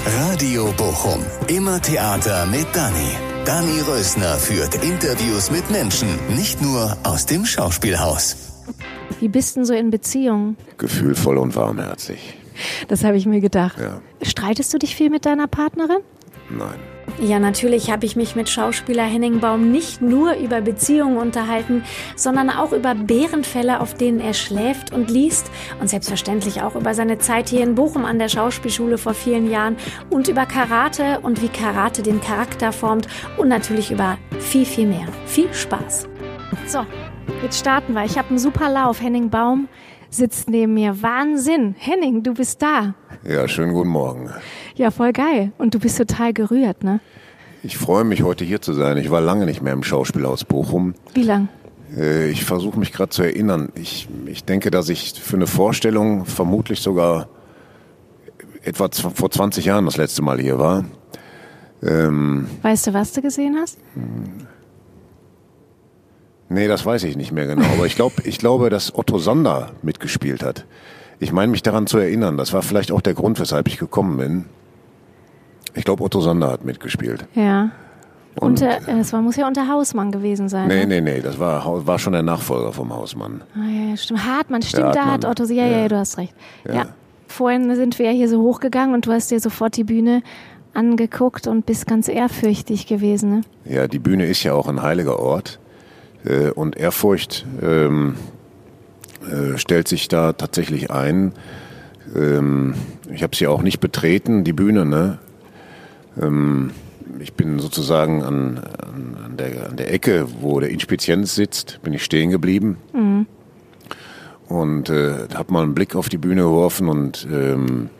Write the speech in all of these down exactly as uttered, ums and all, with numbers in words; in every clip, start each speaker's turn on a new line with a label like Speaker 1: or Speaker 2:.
Speaker 1: Radio Bochum. Immer Theater mit Dani. Dani Rösner führt Interviews mit Menschen, nicht nur aus dem Schauspielhaus.
Speaker 2: Wie bist denn so in Beziehungen?
Speaker 3: Gefühlvoll und warmherzig.
Speaker 2: Das habe ich mir gedacht.
Speaker 3: Ja.
Speaker 2: Streitest du dich viel mit deiner Partnerin?
Speaker 3: Nein.
Speaker 2: Ja, natürlich habe ich mich mit Schauspieler Henning Baum nicht nur über Beziehungen unterhalten, sondern auch über Bärenfälle, auf denen er schläft und liest. Und selbstverständlich auch über seine Zeit hier in Bochum an der Schauspielschule vor vielen Jahren und über Karate und wie Karate den Charakter formt und natürlich über viel, viel mehr. Viel Spaß. So, jetzt starten wir. Ich habe einen super Lauf. Henning Baum sitzt neben mir. Wahnsinn. Henning, du bist da.
Speaker 3: Ja, schönen guten Morgen.
Speaker 2: Ja, voll geil. Und du bist total gerührt, ne?
Speaker 3: Ich freue mich, heute hier zu sein. Ich war lange nicht mehr im Schauspielhaus Bochum.
Speaker 2: Wie lang?
Speaker 3: Äh, ich versuche mich gerade zu erinnern. Ich, ich denke, dass ich für eine Vorstellung vermutlich sogar etwa z- vor zwanzig Jahren das letzte Mal hier war. Ähm,
Speaker 2: Weißt du, was du gesehen hast?
Speaker 3: nee, das weiß ich nicht mehr genau. Aber ich, glaub, ich glaube, dass Otto Sander mitgespielt hat. Ich meine mich daran zu erinnern. Das war vielleicht auch der Grund, weshalb ich gekommen bin. Ich glaube, Otto Sander hat mitgespielt.
Speaker 2: Ja.
Speaker 3: Und,
Speaker 2: Unter, es war, muss ja unter Hausmann gewesen sein.
Speaker 3: Nee,
Speaker 2: ne?
Speaker 3: nee, nee, das war, war schon der Nachfolger vom Hausmann.
Speaker 2: Ah, ja, stimmt. Hartmann, stimmt,
Speaker 3: Ja,
Speaker 2: da
Speaker 3: Hartmann.
Speaker 2: hat Otto, ja, ja,
Speaker 3: Ja.
Speaker 2: ja, du hast recht. Ja.
Speaker 3: Ja.
Speaker 2: Vorhin sind wir ja hier so hochgegangen und du hast dir sofort die Bühne angeguckt und bist ganz ehrfürchtig gewesen, ne?
Speaker 3: Ja, die Bühne ist ja auch ein heiliger Ort. Äh, und Ehrfurcht ähm, äh, stellt sich da tatsächlich ein. Ähm, ich habe sie auch nicht betreten, die Bühne, ne? Ähm, ich bin sozusagen an, an, an, der, an der Ecke, wo der Inspizienz sitzt, bin ich stehen geblieben.
Speaker 2: Mhm.
Speaker 3: Und äh, habe mal einen Blick auf die Bühne geworfen und ähm,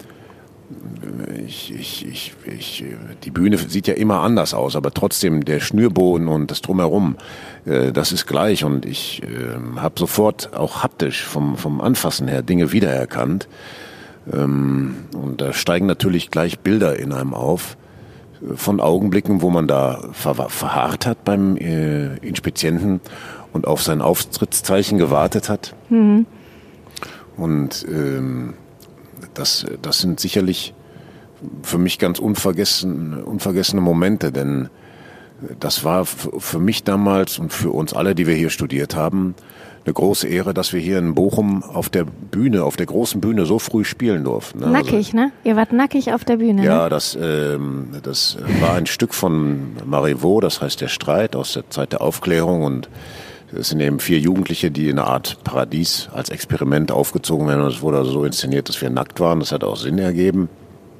Speaker 3: ich, ich, ich, ich, die Bühne sieht ja immer anders aus, aber trotzdem der Schnürboden und das Drumherum, äh, das ist gleich. Und ich äh, habe sofort auch haptisch vom, vom Anfassen her Dinge wiedererkannt. Ähm, und da steigen natürlich gleich Bilder in einem auf äh, von Augenblicken, wo man da ver- verharrt hat beim äh, Inspizienten und auf sein Auftrittszeichen gewartet hat.
Speaker 2: Mhm.
Speaker 3: Und ähm, das, das sind sicherlich für mich ganz unvergessen, unvergessene Momente, denn das war f- für mich damals und für uns alle, die wir hier studiert haben, eine große Ehre, dass wir hier in Bochum auf der Bühne, auf der großen Bühne so früh spielen durften. Ne?
Speaker 2: Nackig, ne? Ihr wart nackig auf der Bühne,
Speaker 3: Ja,
Speaker 2: ne?
Speaker 3: das, ähm, das war ein Stück von Marivaux, das heißt der Streit aus der Zeit der Aufklärung, und es sind eben vier Jugendliche, die in eine Art Paradies als Experiment aufgezogen werden, und es wurde also so inszeniert, dass wir nackt waren. Das hat auch Sinn ergeben.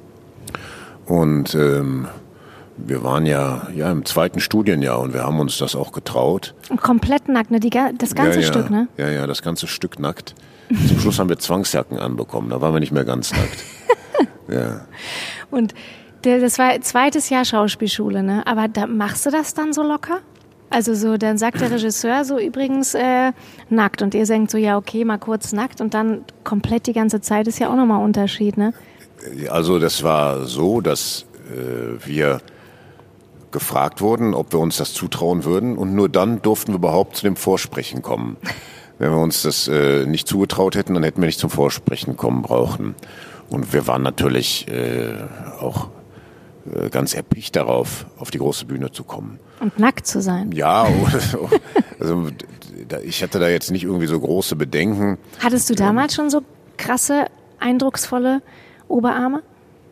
Speaker 3: Und ähm, wir waren ja, ja im zweiten Studienjahr und wir haben uns das auch getraut.
Speaker 2: Und komplett nackt, ne? Die, ga- das ganze
Speaker 3: ja, ja,
Speaker 2: Stück, ne?
Speaker 3: Ja, ja, das ganze Stück nackt. Zum Schluss haben wir Zwangsjacken anbekommen, da waren wir nicht mehr ganz nackt. Ja.
Speaker 2: Und der, das war zweites Jahr Schauspielschule, ne? Aber da machst du das dann so locker? Also so, dann sagt der Regisseur so übrigens äh, nackt und ihr denkt so, ja okay, mal kurz nackt und dann komplett die ganze Zeit ist ja auch nochmal ein Unterschied, ne?
Speaker 3: Also das war so, dass äh, wir gefragt wurden, ob wir uns das zutrauen würden, und nur dann durften wir überhaupt zu dem Vorsprechen kommen. Wenn wir uns das äh, nicht zugetraut hätten, dann hätten wir nicht zum Vorsprechen kommen brauchen. Und wir waren natürlich äh, auch äh, ganz erpicht darauf, auf die große Bühne zu kommen.
Speaker 2: Und nackt zu sein.
Speaker 3: Ja, also ich hatte da jetzt nicht irgendwie so große Bedenken.
Speaker 2: Hattest du damals schon so krasse, eindrucksvolle Oberarme?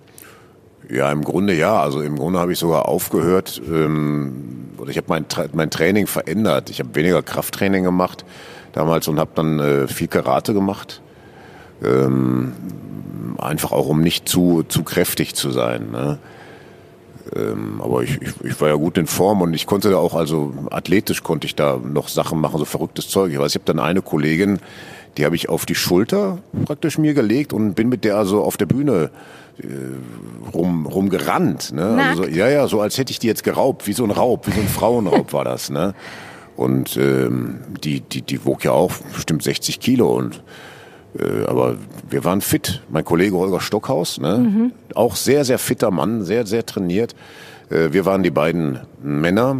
Speaker 3: Ja, im Grunde ja. Also im Grunde habe ich sogar aufgehört, ähm, oder ich habe mein, Tra- mein Training verändert. Ich habe weniger Krafttraining gemacht damals und habe dann äh, viel Karate gemacht. Ähm, einfach auch, um nicht zu, zu kräftig zu sein, ne? Ähm, aber ich, ich, ich war ja gut in Form und ich konnte da auch, also athletisch konnte ich da noch Sachen machen, so verrücktes Zeug. Ich weiß, ich habe dann eine Kollegin, die habe ich auf die Schulter praktisch mir gelegt und bin mit der also auf der Bühne äh, rum, rumgerannt. Ne? Also so, ja, ja, so als hätte ich die jetzt geraubt, wie so ein Raub, wie so ein Frauenraub war das. Ne? Und ähm, die, die, die wog ja auch bestimmt sechzig Kilo und Äh, aber wir waren fit. Mein Kollege Holger Stockhaus, ne? Mhm. Auch sehr, sehr fitter Mann, sehr, sehr trainiert. Äh, wir waren die beiden Männer.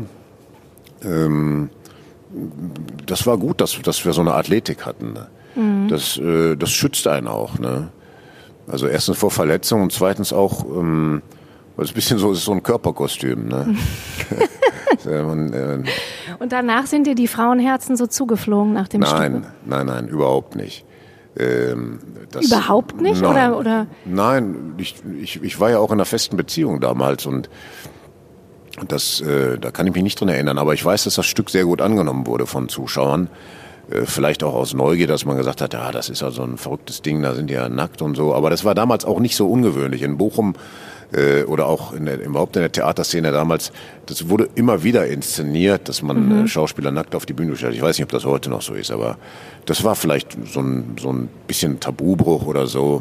Speaker 3: Ähm, das war gut, dass, dass wir so eine Athletik hatten. Ne? Mhm. Das, äh, das schützt einen auch. Ne? Also erstens vor Verletzungen und zweitens auch ähm, Das ist ein bisschen so, ist so ein Körperkostüm, ne? Man, äh,
Speaker 2: Und danach sind dir die Frauenherzen so zugeflogen nach dem
Speaker 3: nein,
Speaker 2: Stück?
Speaker 3: Nein, nein, nein, überhaupt nicht. Ähm, das,
Speaker 2: überhaupt nicht?
Speaker 3: Nein,
Speaker 2: oder, oder?
Speaker 3: Nein, ich, ich, ich war ja auch in einer festen Beziehung damals und das, äh, da kann ich mich nicht dran erinnern. Aber ich weiß, dass das Stück sehr gut angenommen wurde von Zuschauern. Äh, vielleicht auch aus Neugier, dass man gesagt hat, ja, das ist ja so ein verrücktes Ding, da sind die ja nackt und so. Aber das war damals auch nicht so ungewöhnlich. In Bochum äh, oder auch in der, überhaupt in der Theaterszene damals, das wurde immer wieder inszeniert, dass man mhm. äh, Schauspieler nackt auf die Bühne stellt. Ich weiß nicht, ob das heute noch so ist, aber das war vielleicht so ein, so ein bisschen Tabubruch oder so.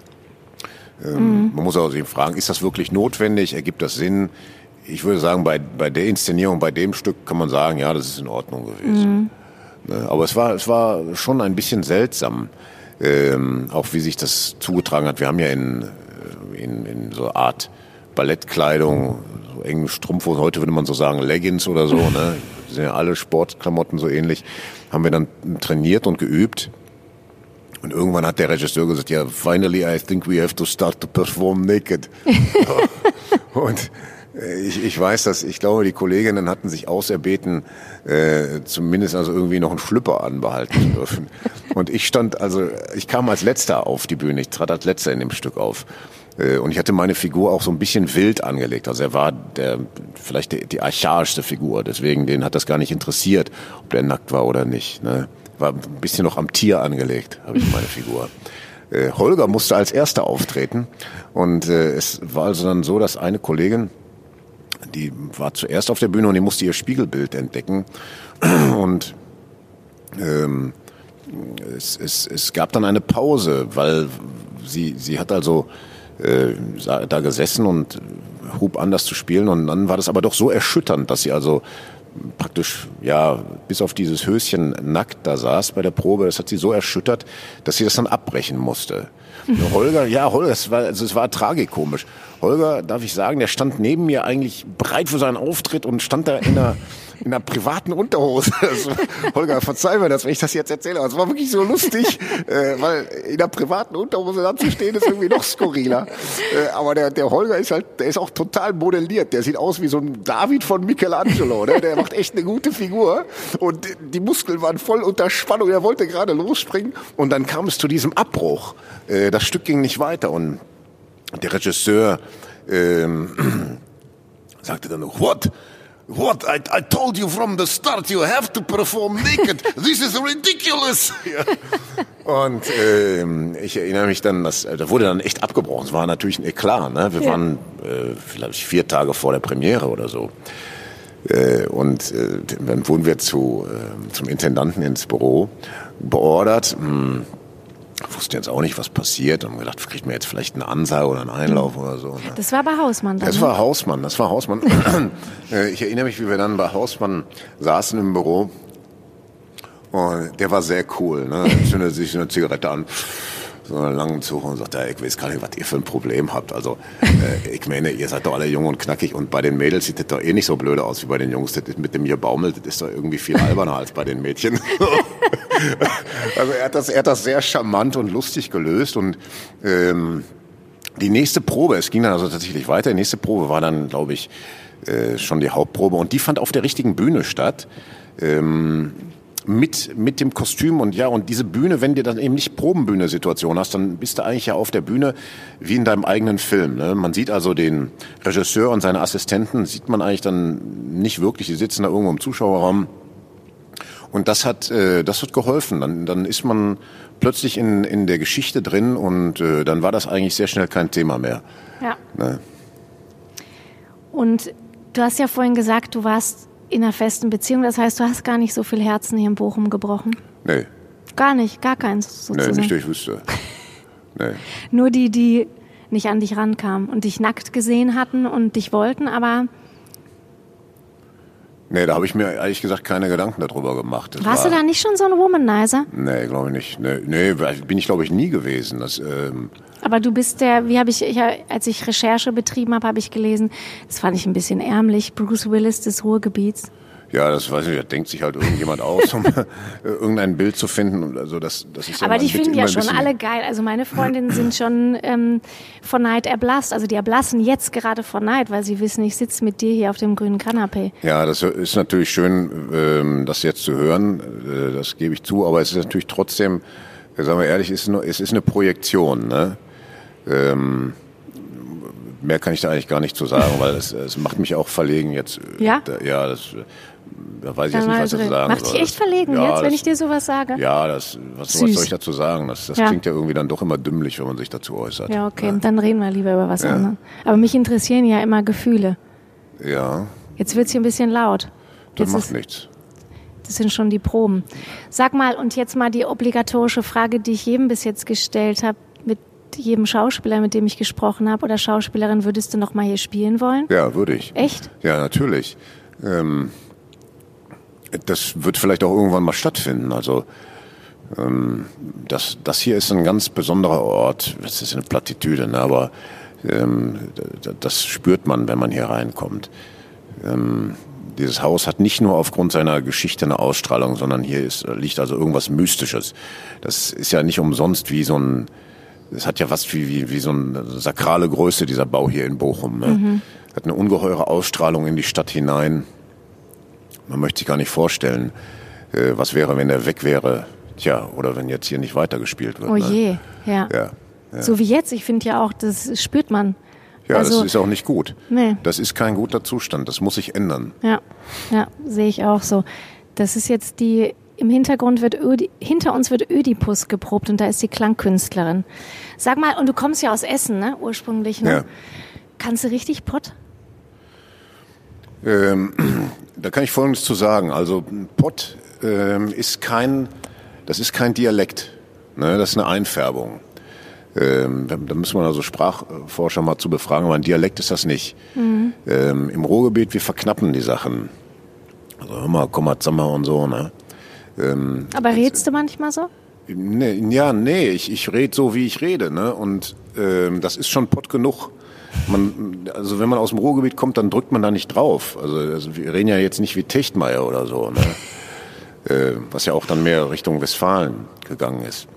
Speaker 3: Ähm, mhm. Man muss auch sich fragen, ist das wirklich notwendig? Ergibt das Sinn? Ich würde sagen, bei, bei der Inszenierung, bei dem Stück kann man sagen, ja, das ist in Ordnung gewesen. Mhm. Aber es war, es war schon ein bisschen seltsam, ähm, auch wie sich das zugetragen hat. Wir haben ja in, in, in so einer Art Ballettkleidung, so engen Strumpfhosen, heute würde man so sagen Leggings oder so, ne? Das sind ja alle Sportklamotten so ähnlich, haben wir dann trainiert und geübt. Und irgendwann hat der Regisseur gesagt, ja, finally I think we have to start to perform naked. Und Ich, ich weiß, dass ich glaube, die Kolleginnen hatten sich auserbeten, äh, zumindest also irgendwie noch einen Schlüpper anbehalten zu dürfen. Und ich stand also, ich kam als Letzter auf die Bühne, ich trat als Letzter in dem Stück auf. Äh, und ich hatte meine Figur auch so ein bisschen wild angelegt. Also er war der vielleicht die, die archaischste Figur, deswegen den hat das gar nicht interessiert, ob der nackt war oder nicht. Ne? War ein bisschen noch am Tier angelegt, habe ich meine Figur. Äh, Holger musste als Erster auftreten und äh, es war also dann so, dass eine Kollegin, die war zuerst auf der Bühne und die musste ihr Spiegelbild entdecken. Und ähm, es, es, es gab dann eine Pause, weil sie, sie hat also äh, da gesessen und hub an, das zu spielen. Und dann war das aber doch so erschütternd, dass sie also praktisch, ja, bis auf dieses Höschen nackt da saß bei der Probe. Das hat sie so erschüttert, dass sie das dann abbrechen musste. Und Holger, ja, Holger, es war, also es war tragikomisch. Holger, darf ich sagen, der stand neben mir eigentlich bereit für seinen Auftritt und stand da in einer, in einer privaten Unterhose. Also, Holger, verzeih mir das, wenn ich das jetzt erzähle, aber es war wirklich so lustig, äh, weil in einer privaten Unterhose da zu stehen, ist irgendwie noch skurriler. Äh, aber der, der Holger ist halt, der ist auch total modelliert. Der sieht aus wie so ein David von Michelangelo, ne? Der macht echt eine gute Figur und die Muskeln waren voll unter Spannung. Er wollte gerade losspringen und dann kam es zu diesem Abbruch. Äh, das Stück ging nicht weiter und der Regisseur ähm, sagte dann noch, what? What? I, I told you from the start, you have to perform naked. This is ridiculous. Ja. Und ähm, ich erinnere mich dann, dass, da wurde dann echt abgebrochen. Es war natürlich ein Eklat. Ne? Wir ja. waren äh, vielleicht vier Tage vor der Premiere oder so. Äh, und äh, dann wurden wir zu, äh, zum Intendanten ins Büro beordert. Hm. Ich wusste jetzt auch nicht, was passiert. Und haben gedacht, kriegt man jetzt vielleicht eine Ansage oder einen Einlauf mhm. oder so. Ne?
Speaker 2: Das war bei Hausmann dann?
Speaker 3: Das war Hausmann, das war Hausmann. Ich erinnere mich, wie wir dann bei Hausmann saßen im Büro. Und der war sehr cool. Ne? Zündete sich eine Zigarette an, so einen langen Zug und sagte, ja, ich weiß gar nicht, was ihr für ein Problem habt. Also, äh, ich meine, ihr seid doch alle jung und knackig und bei den Mädels sieht das doch eh nicht so blöde aus wie bei den Jungs. Das ist mit dem hier baumelt, das ist doch irgendwie viel alberner als bei den Mädchen. Also er hat das, er hat das sehr charmant und lustig gelöst und ähm, die nächste Probe, es ging dann also tatsächlich weiter, die nächste Probe war dann, glaube ich, äh, schon die Hauptprobe und die fand auf der richtigen Bühne statt, ähm, mit mit dem Kostüm und ja, und diese Bühne, wenn du dann eben nicht Probenbühne-Situation hast, dann bist du eigentlich ja auf der Bühne wie in deinem eigenen Film. Ne? Man sieht also den Regisseur und seine Assistenten, sieht man eigentlich dann nicht wirklich, die sitzen da irgendwo im Zuschauerraum. Und das hat, äh, das hat geholfen. Dann, dann ist man plötzlich in, in der Geschichte drin und äh, dann war das eigentlich sehr schnell kein Thema mehr.
Speaker 2: Ja.
Speaker 3: Ne?
Speaker 2: Und du hast ja vorhin gesagt, du warst in einer festen Beziehung. Das heißt, du hast gar nicht so viel Herzen hier in Bochum gebrochen?
Speaker 3: Nee.
Speaker 2: Gar nicht, gar keins sozusagen?
Speaker 3: Nee, nicht, dass ich wüsste. Nee.
Speaker 2: Nur die, die nicht an dich rankamen und dich nackt gesehen hatten und dich wollten, aber...
Speaker 3: Nee, da habe ich mir ehrlich gesagt keine Gedanken darüber gemacht. Das
Speaker 2: Warst
Speaker 3: war,
Speaker 2: du da nicht schon so ein Womanizer?
Speaker 3: Nee, glaube ich nicht. Nee, nee, bin ich glaube ich nie gewesen. Das, ähm
Speaker 2: Aber du bist der, wie habe ich, ich, als ich Recherche betrieben habe, habe ich gelesen, das fand ich ein bisschen ärmlich, Bruce Willis des Ruhrgebiets.
Speaker 3: Ja, das weiß ich, da denkt sich halt irgendjemand aus, um irgendein Bild zu finden. Also das, das ist ja
Speaker 2: Aber die finden ja schon
Speaker 3: bisschen
Speaker 2: alle geil. Also meine Freundinnen sind schon ähm, vor Neid erblasst. Also die erblassen jetzt gerade vor Neid, weil sie wissen, ich sitze mit dir hier auf dem grünen Kanapee.
Speaker 3: Ja, das ist natürlich schön, ähm, das jetzt zu hören. Äh, das gebe ich zu. Aber es ist natürlich trotzdem, sagen wir ehrlich, es ist, nur, es ist eine Projektion. Ne? Ähm, mehr kann ich da eigentlich gar nicht zu sagen, weil es, es macht mich auch verlegen jetzt.
Speaker 2: Ja?
Speaker 3: Da, ja, das... Da weiß ich jetzt nicht, was ich dazu sagen
Speaker 2: Macht
Speaker 3: soll.
Speaker 2: dich echt verlegen
Speaker 3: ja,
Speaker 2: jetzt, wenn
Speaker 3: das,
Speaker 2: ich dir sowas sage?
Speaker 3: Ja, das, was, was soll ich dazu sagen? Das, das
Speaker 2: ja.
Speaker 3: klingt ja irgendwie dann doch immer dümmlich, wenn man sich dazu äußert.
Speaker 2: Ja, okay, ja. Dann reden wir lieber über was
Speaker 3: ja.
Speaker 2: anderes. Aber mich interessieren ja immer Gefühle.
Speaker 3: Ja.
Speaker 2: Jetzt wird es hier ein bisschen laut.
Speaker 3: Das
Speaker 2: jetzt
Speaker 3: macht
Speaker 2: ist,
Speaker 3: nichts.
Speaker 2: Das sind schon die Proben. Sag mal, und jetzt mal die obligatorische Frage, die ich jedem bis jetzt gestellt habe, mit jedem Schauspieler, mit dem ich gesprochen habe, oder Schauspielerin, würdest du noch mal hier spielen wollen?
Speaker 3: Ja, würde ich.
Speaker 2: Echt?
Speaker 3: Ja, natürlich. Ähm, das wird vielleicht auch irgendwann mal stattfinden. Also ähm, das, das hier ist ein ganz besonderer Ort. Das ist eine Plattitüde, ne? Aber ähm, das spürt man, wenn man hier reinkommt. Ähm, dieses Haus hat nicht nur aufgrund seiner Geschichte eine Ausstrahlung, sondern hier ist, liegt also irgendwas Mystisches. Das ist ja nicht umsonst wie so ein, es hat ja was wie, wie, wie so eine sakrale Größe, dieser Bau hier in Bochum. Ne? Mhm. Hat eine ungeheure Ausstrahlung in die Stadt hinein. Man möchte sich gar nicht vorstellen, äh, was wäre, wenn er weg wäre. Tja, oder wenn jetzt hier nicht weitergespielt wird.
Speaker 2: Oh je,
Speaker 3: ne?
Speaker 2: ja.
Speaker 3: Ja, ja.
Speaker 2: So wie jetzt, ich finde ja auch, das spürt man.
Speaker 3: Ja,
Speaker 2: also,
Speaker 3: das ist auch nicht gut.
Speaker 2: Nee.
Speaker 3: Das ist kein guter Zustand, das muss sich ändern.
Speaker 2: Ja, ja, sehe ich auch so. Das ist jetzt die, im Hintergrund wird, Ödi, hinter uns wird Ödipus geprobt und da ist die Klangkünstlerin. Sag mal, und du kommst ja aus Essen, ne, ursprünglich, ne?
Speaker 3: Ja.
Speaker 2: Kannst du richtig Pott?
Speaker 3: Ähm, da kann ich Folgendes zu sagen. Also Pott ähm, ist kein, das ist kein Dialekt, ne? Das ist eine Einfärbung. Ähm, da müssen wir also Sprachforscher mal zu befragen, aber ein Dialekt ist das nicht. Mhm. Ähm, im Ruhrgebiet, wir verknappen die Sachen. Also hör mal, komm mal zusammen und so, ne? Ähm,
Speaker 2: aber redst du manchmal so?
Speaker 3: Nee, ja, nee, ich, ich rede so, wie ich rede, ne? Und ähm, das ist schon Pott genug. Man, also wenn man aus dem Ruhrgebiet kommt, dann drückt man da nicht drauf. Also, also wir reden ja jetzt nicht wie Techtmeier oder so, ne? äh, was ja auch dann mehr Richtung Westfalen gegangen ist.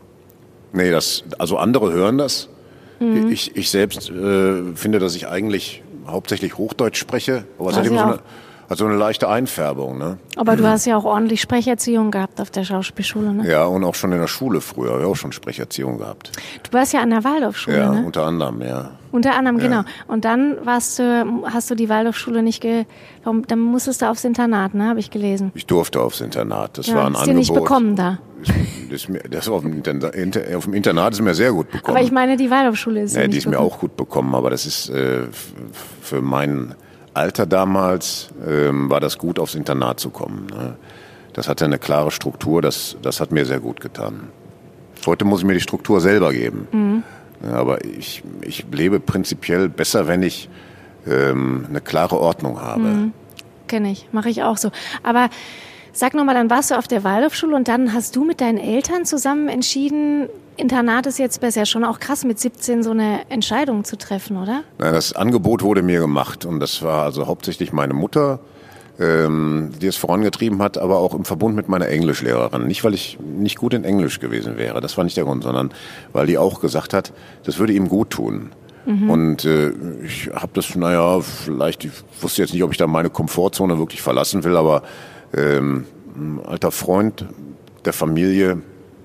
Speaker 3: Nee, das, also andere hören das. Mhm. Ich, ich selbst äh, finde, dass ich eigentlich hauptsächlich Hochdeutsch spreche, aber es hat eben so eine, hat so eine leichte Einfärbung, ne?
Speaker 2: Aber du hast ja auch ordentlich Sprecherziehung gehabt auf der Schauspielschule, ne?
Speaker 3: Ja, und auch schon in der Schule früher habe ich auch schon Sprecherziehung gehabt.
Speaker 2: Du warst ja an der Waldorfschule,
Speaker 3: ja,
Speaker 2: ne?
Speaker 3: unter anderem, ja.
Speaker 2: Unter anderem,
Speaker 3: ja.
Speaker 2: genau. Und dann warst du, hast du die Waldorfschule nicht ge... Warum, dann musstest du aufs Internat, ne? Habe ich gelesen.
Speaker 3: Ich durfte aufs Internat. Das
Speaker 2: ja,
Speaker 3: war ein
Speaker 2: hast
Speaker 3: Angebot.
Speaker 2: Hast du nicht bekommen da?
Speaker 3: Das, das, das auf, dem Internat, auf dem Internat ist mir sehr gut bekommen.
Speaker 2: Aber ich meine, die Waldorfschule ist
Speaker 3: ja,
Speaker 2: nicht
Speaker 3: die ist
Speaker 2: bekommen.
Speaker 3: mir auch gut bekommen, aber das ist äh, für mein Alter damals ähm, war das gut, aufs Internat zu kommen. Ne? Das hatte eine klare Struktur, das, das hat mir sehr gut getan. Heute muss ich mir die Struktur selber geben. Mhm. Ja, aber ich, ich lebe prinzipiell besser, wenn ich ähm, eine klare Ordnung habe.
Speaker 2: Mhm. Kenne ich, mache ich auch so. Aber sag nochmal, dann warst du auf der Waldorfschule und dann hast du mit deinen Eltern zusammen entschieden, Internat ist jetzt besser. Schon auch krass, mit siebzehn so eine Entscheidung zu treffen, oder?
Speaker 3: Na, das Angebot wurde mir gemacht und das war also hauptsächlich meine Mutter, ähm, die es vorangetrieben hat, aber auch im Verbund mit meiner Englischlehrerin. Nicht, weil ich nicht gut in Englisch gewesen wäre, das war nicht der Grund, sondern weil die auch gesagt hat, das würde ihm gut tun. Mhm. Und äh, ich habe das, naja, vielleicht, ich wusste jetzt nicht, ob ich da meine Komfortzone wirklich verlassen will, aber ähm, ein alter Freund der Familie,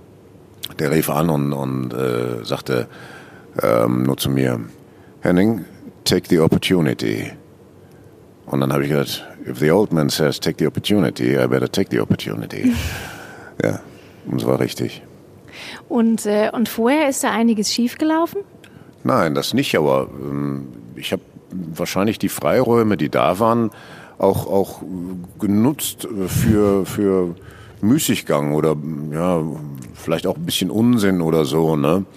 Speaker 3: der rief an und, und äh, sagte ähm, nur zu mir, Henning, take the opportunity. Und dann habe ich gesagt, if the old man says take the opportunity, I better take the opportunity. Ja, und es war richtig.
Speaker 2: Und, äh, und vorher ist da einiges schiefgelaufen?
Speaker 3: Nein, das nicht, aber ähm, ich habe wahrscheinlich die Freiräume, die da waren, auch, auch genutzt für, für Müßiggang oder ja, vielleicht auch ein bisschen Unsinn oder so, ne?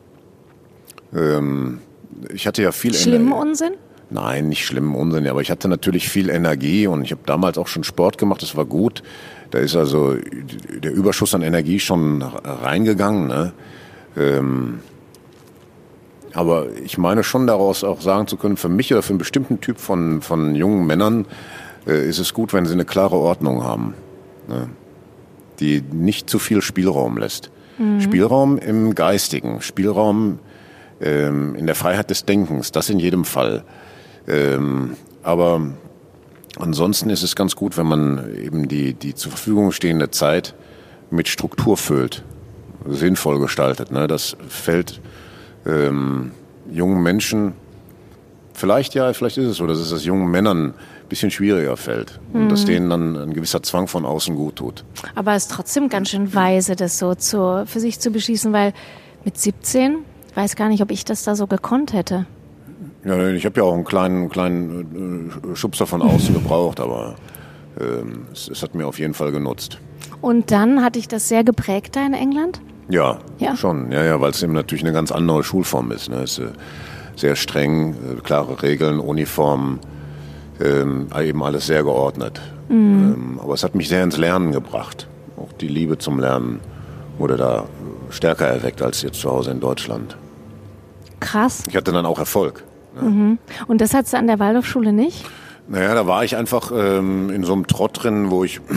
Speaker 3: Ähm, ich hatte ja viel
Speaker 2: Schlimmen Ener- Unsinn?
Speaker 3: Nein, nicht schlimmen Unsinn, aber ich hatte natürlich viel Energie und ich habe damals auch schon Sport gemacht, das war gut. Da ist also der Überschuss an Energie schon reingegangen, ne? Ähm, aber ich meine schon daraus auch sagen zu können, für mich oder für einen bestimmten Typ von, von jungen Männern äh, ist es gut, wenn sie eine klare Ordnung haben, ne? Die nicht zu viel Spielraum lässt. Mhm. Spielraum im Geistigen, Spielraum ähm, in der Freiheit des Denkens, das in jedem Fall. Ähm, aber ansonsten ist es ganz gut, wenn man eben die, die zur Verfügung stehende Zeit mit Struktur füllt, sinnvoll gestaltet. Ne? Das fällt ähm, jungen Menschen, vielleicht ja, vielleicht ist es so, dass es das jungen Männern ein bisschen schwieriger fällt und mhm. dass denen dann ein gewisser Zwang von außen gut tut.
Speaker 2: Aber es ist trotzdem ganz schön weise, das so zu, für sich zu beschließen, weil mit siebzehn, ich weiß gar nicht, ob ich das da so gekonnt hätte.
Speaker 3: Ja, ich habe ja auch einen kleinen, kleinen Schubser von außen gebraucht, aber ähm, es, es hat mir auf jeden Fall genutzt.
Speaker 2: Und dann hat dich das sehr geprägt da in England?
Speaker 3: Ja,
Speaker 2: ja?
Speaker 3: schon. Ja, ja, weil es eben natürlich eine ganz andere Schulform ist. Ne? Es ist äh, sehr streng, äh, klare Regeln, Uniformen, ähm, eben alles sehr geordnet. Mhm. Ähm, aber es hat mich sehr ins Lernen gebracht. Auch die Liebe zum Lernen wurde da stärker erweckt als jetzt zu Hause in Deutschland.
Speaker 2: Krass.
Speaker 3: Ich hatte dann auch Erfolg. Ne?
Speaker 2: Mhm. Und das hattest du an der Waldorfschule nicht?
Speaker 3: Naja, da war ich einfach ähm, in so einem Trott drin, wo ich...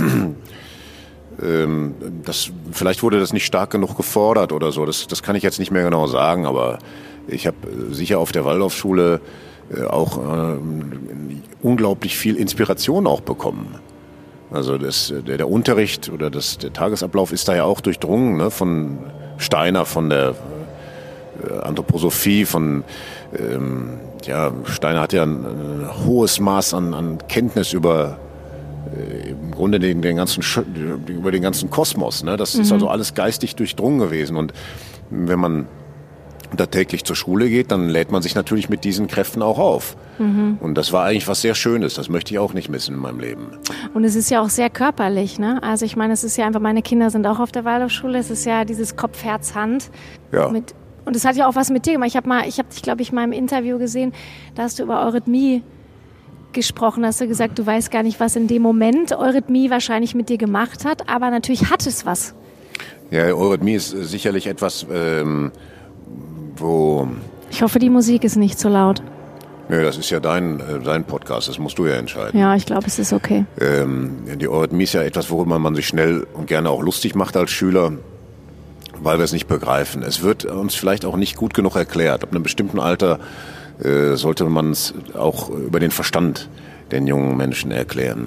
Speaker 3: ähm, das, vielleicht wurde das nicht stark genug gefordert oder so. Das, das kann ich jetzt nicht mehr genau sagen, aber ich habe sicher auf der Waldorfschule äh, auch äh, unglaublich viel Inspiration auch bekommen. Also das, der, der Unterricht oder das, der Tagesablauf ist da ja auch durchdrungen, ne, von Steiner, von der äh, Anthroposophie, von ähm, ja, Steiner hat ja ein, ein hohes Maß an, an Kenntnis über äh, im Grunde den, den ganzen über den ganzen Kosmos. Ne? Das mhm. ist also alles geistig durchdrungen gewesen. Und wenn man da täglich zur Schule geht, dann lädt man sich natürlich mit diesen Kräften auch auf. Mhm. Und das war eigentlich was sehr Schönes. Das möchte ich auch nicht missen in meinem Leben.
Speaker 2: Und es ist ja auch sehr körperlich, ne? Also ich meine, es ist ja einfach, meine Kinder sind auch auf der Waldorfschule. Es ist ja dieses Kopf, Herz, Hand.
Speaker 3: Ja.
Speaker 2: Mit, und es hat ja auch was mit dir gemacht. Ich habe mal, ich habe dich, glaube ich, mal im Interview gesehen, da hast du über Eurythmie gesprochen, hast du gesagt, du weißt gar nicht, was in dem Moment Eurythmie wahrscheinlich mit dir gemacht hat, aber natürlich hat es was.
Speaker 3: Ja, Eurythmie ist sicherlich etwas, ähm, wo...
Speaker 2: Ich hoffe, die Musik ist nicht zu laut.
Speaker 3: Nö, das ist ja dein, äh, dein Podcast, das musst du ja entscheiden.
Speaker 2: Ja, ich glaube, es ist okay.
Speaker 3: Ähm, die Eurythmie ist ja etwas, worüber man sich schnell und gerne auch lustig macht als Schüler, weil wir es nicht begreifen. Es wird uns vielleicht auch nicht gut genug erklärt. Ab einem bestimmten Alter äh, sollte man es auch über den Verstand den jungen Menschen erklären.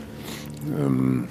Speaker 3: Ähm,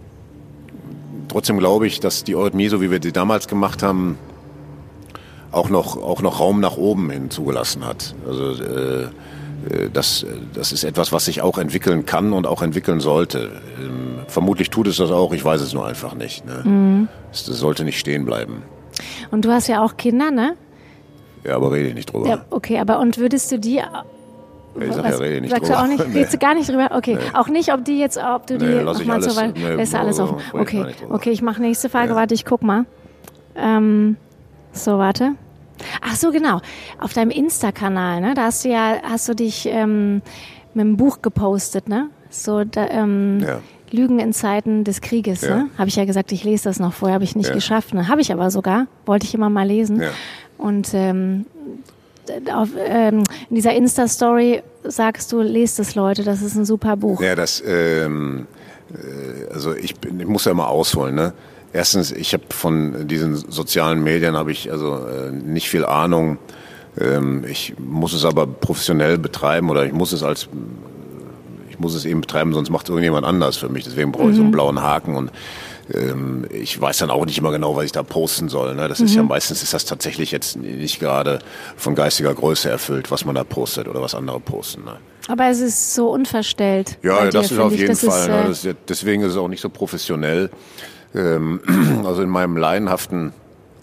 Speaker 3: trotzdem glaube ich, dass die Eurythmie, so wie wir sie damals gemacht haben, auch noch, auch noch Raum nach oben hin zugelassen hat. Also äh, das, das ist etwas, was sich auch entwickeln kann und auch entwickeln sollte. Ähm, vermutlich tut es das auch, ich weiß es nur einfach nicht. Ne? Mhm. Das, das sollte nicht stehen bleiben.
Speaker 2: Und du hast ja auch Kinder, ne?
Speaker 3: Ja, aber rede ich nicht drüber.
Speaker 2: Ja, okay, aber und würdest du die...
Speaker 3: Ja, ich sag ja, rede nicht
Speaker 2: sagst
Speaker 3: drüber.
Speaker 2: Du auch nicht,
Speaker 3: nee.
Speaker 2: redest du gar nicht drüber? Okay, nee. Auch nicht, ob die jetzt, ob du die
Speaker 3: nee, lass ich
Speaker 2: mal
Speaker 3: alles,
Speaker 2: so weit...
Speaker 3: Nee,
Speaker 2: lässt du alles offen. Okay, okay, ich mache nächste Frage.
Speaker 3: Ja.
Speaker 2: Warte, ich guck mal. Ähm, so, warte. Ach so, genau. Auf deinem Insta-Kanal, ne? Da hast du ja, hast du dich ähm, mit einem Buch gepostet, ne? So, da, ähm,
Speaker 3: ja.
Speaker 2: Lügen in Zeiten des Krieges,
Speaker 3: ja.
Speaker 2: ne? Habe ich ja gesagt, ich lese das noch vorher, habe ich nicht
Speaker 3: ja.
Speaker 2: geschafft, ne? Habe ich aber sogar, wollte ich immer mal lesen.
Speaker 3: Ja.
Speaker 2: Und ähm, auf, ähm, in dieser Insta-Story sagst du, lest es, Leute, das ist ein super Buch.
Speaker 3: Ja, das, ähm, äh, also ich, bin, ich muss ja immer ausholen, ne? Erstens, ich habe von diesen sozialen Medien habe ich also äh, nicht viel Ahnung. Ähm, ich muss es aber professionell betreiben oder ich muss es als ich muss es eben betreiben, sonst macht es irgendjemand anders für mich. Deswegen brauche ich mhm. so einen blauen Haken und ähm, ich weiß dann auch nicht immer genau, was ich da posten soll. Ne? Das mhm. ist ja meistens ist das tatsächlich jetzt nicht gerade von geistiger Größe erfüllt, was man da postet oder was andere posten. Ne?
Speaker 2: Aber es ist so unverstellt.
Speaker 3: Ja,
Speaker 2: dir,
Speaker 3: das ist auf jeden
Speaker 2: ich,
Speaker 3: Fall.
Speaker 2: Ist,
Speaker 3: ne?
Speaker 2: äh
Speaker 3: das ist, deswegen ist es auch nicht so professionell. Also in meinem laienhaften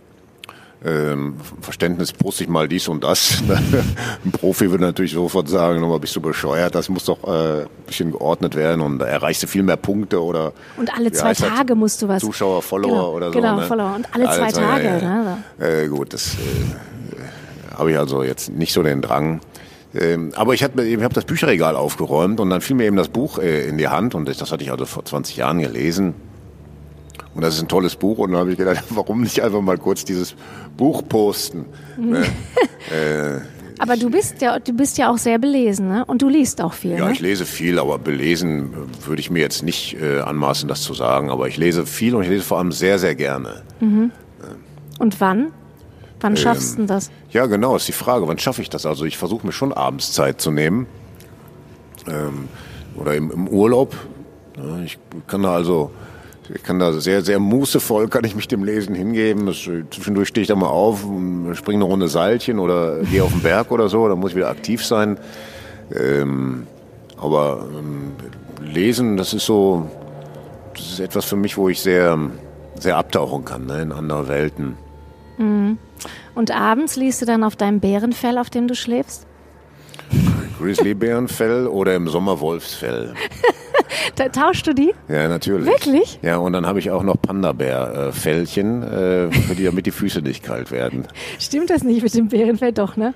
Speaker 3: ähm, Verständnis poste ich mal dies und das. Ein Profi würde natürlich sofort sagen, aber bist du bescheuert, das muss doch äh, ein bisschen geordnet werden und da erreichst du viel mehr Punkte oder...
Speaker 2: Und alle zwei Tage musst du was...
Speaker 3: Zuschauer, Follower
Speaker 2: genau,
Speaker 3: oder so.
Speaker 2: Genau,
Speaker 3: ne?
Speaker 2: Follower und alle, alle zwei, zwei Tage. Ja, ja.
Speaker 3: Ne? Äh, gut, das äh, habe ich also jetzt nicht so den Drang. Ähm, aber ich habe hab das Bücherregal aufgeräumt und dann fiel mir eben das Buch äh, in die Hand und das, das hatte ich also vor zwanzig Jahren gelesen. Und das ist ein tolles Buch und dann habe ich gedacht, warum nicht einfach mal kurz dieses Buch posten? Ne? äh,
Speaker 2: Aber
Speaker 3: ich,
Speaker 2: du bist ja, du bist ja auch sehr belesen, ne? Und du liest auch viel,
Speaker 3: Ja,
Speaker 2: ne?
Speaker 3: ich lese viel, aber belesen äh, würde ich mir jetzt nicht äh, anmaßen, das zu sagen. Aber ich lese viel und ich lese vor allem sehr, sehr gerne.
Speaker 2: Mhm. Und wann? Wann schaffst du
Speaker 3: Ähm,
Speaker 2: denn das?
Speaker 3: Ja, genau, ist die Frage. Wann schaffe ich das? Also ich versuche mir schon abends Zeit zu nehmen. Ähm, oder im, im Urlaub. Ja, ich kann da also, ich kann da sehr, sehr mußevoll, kann ich mich dem Lesen hingeben. Das, zwischendurch stehe ich da mal auf, springe eine Runde Seilchen oder gehe auf den Berg oder so. Da muss ich wieder aktiv sein. Ähm, aber ähm, Lesen, das ist so, das ist etwas für mich, wo ich sehr, sehr abtauchen kann, ne, in andere Welten.
Speaker 2: Mhm. Und abends liest du dann auf deinem Bärenfell, auf dem du schläfst?
Speaker 3: Grizzlybärenfell oder im Sommer Wolfsfell.
Speaker 2: Da tauschst du die?
Speaker 3: Ja, natürlich.
Speaker 2: Wirklich?
Speaker 3: Ja, und dann habe ich auch noch Panda-Bär-Fellchen, äh, für die, damit die Füße nicht kalt werden.
Speaker 2: Stimmt das nicht mit dem Bärenfell? Doch, ne?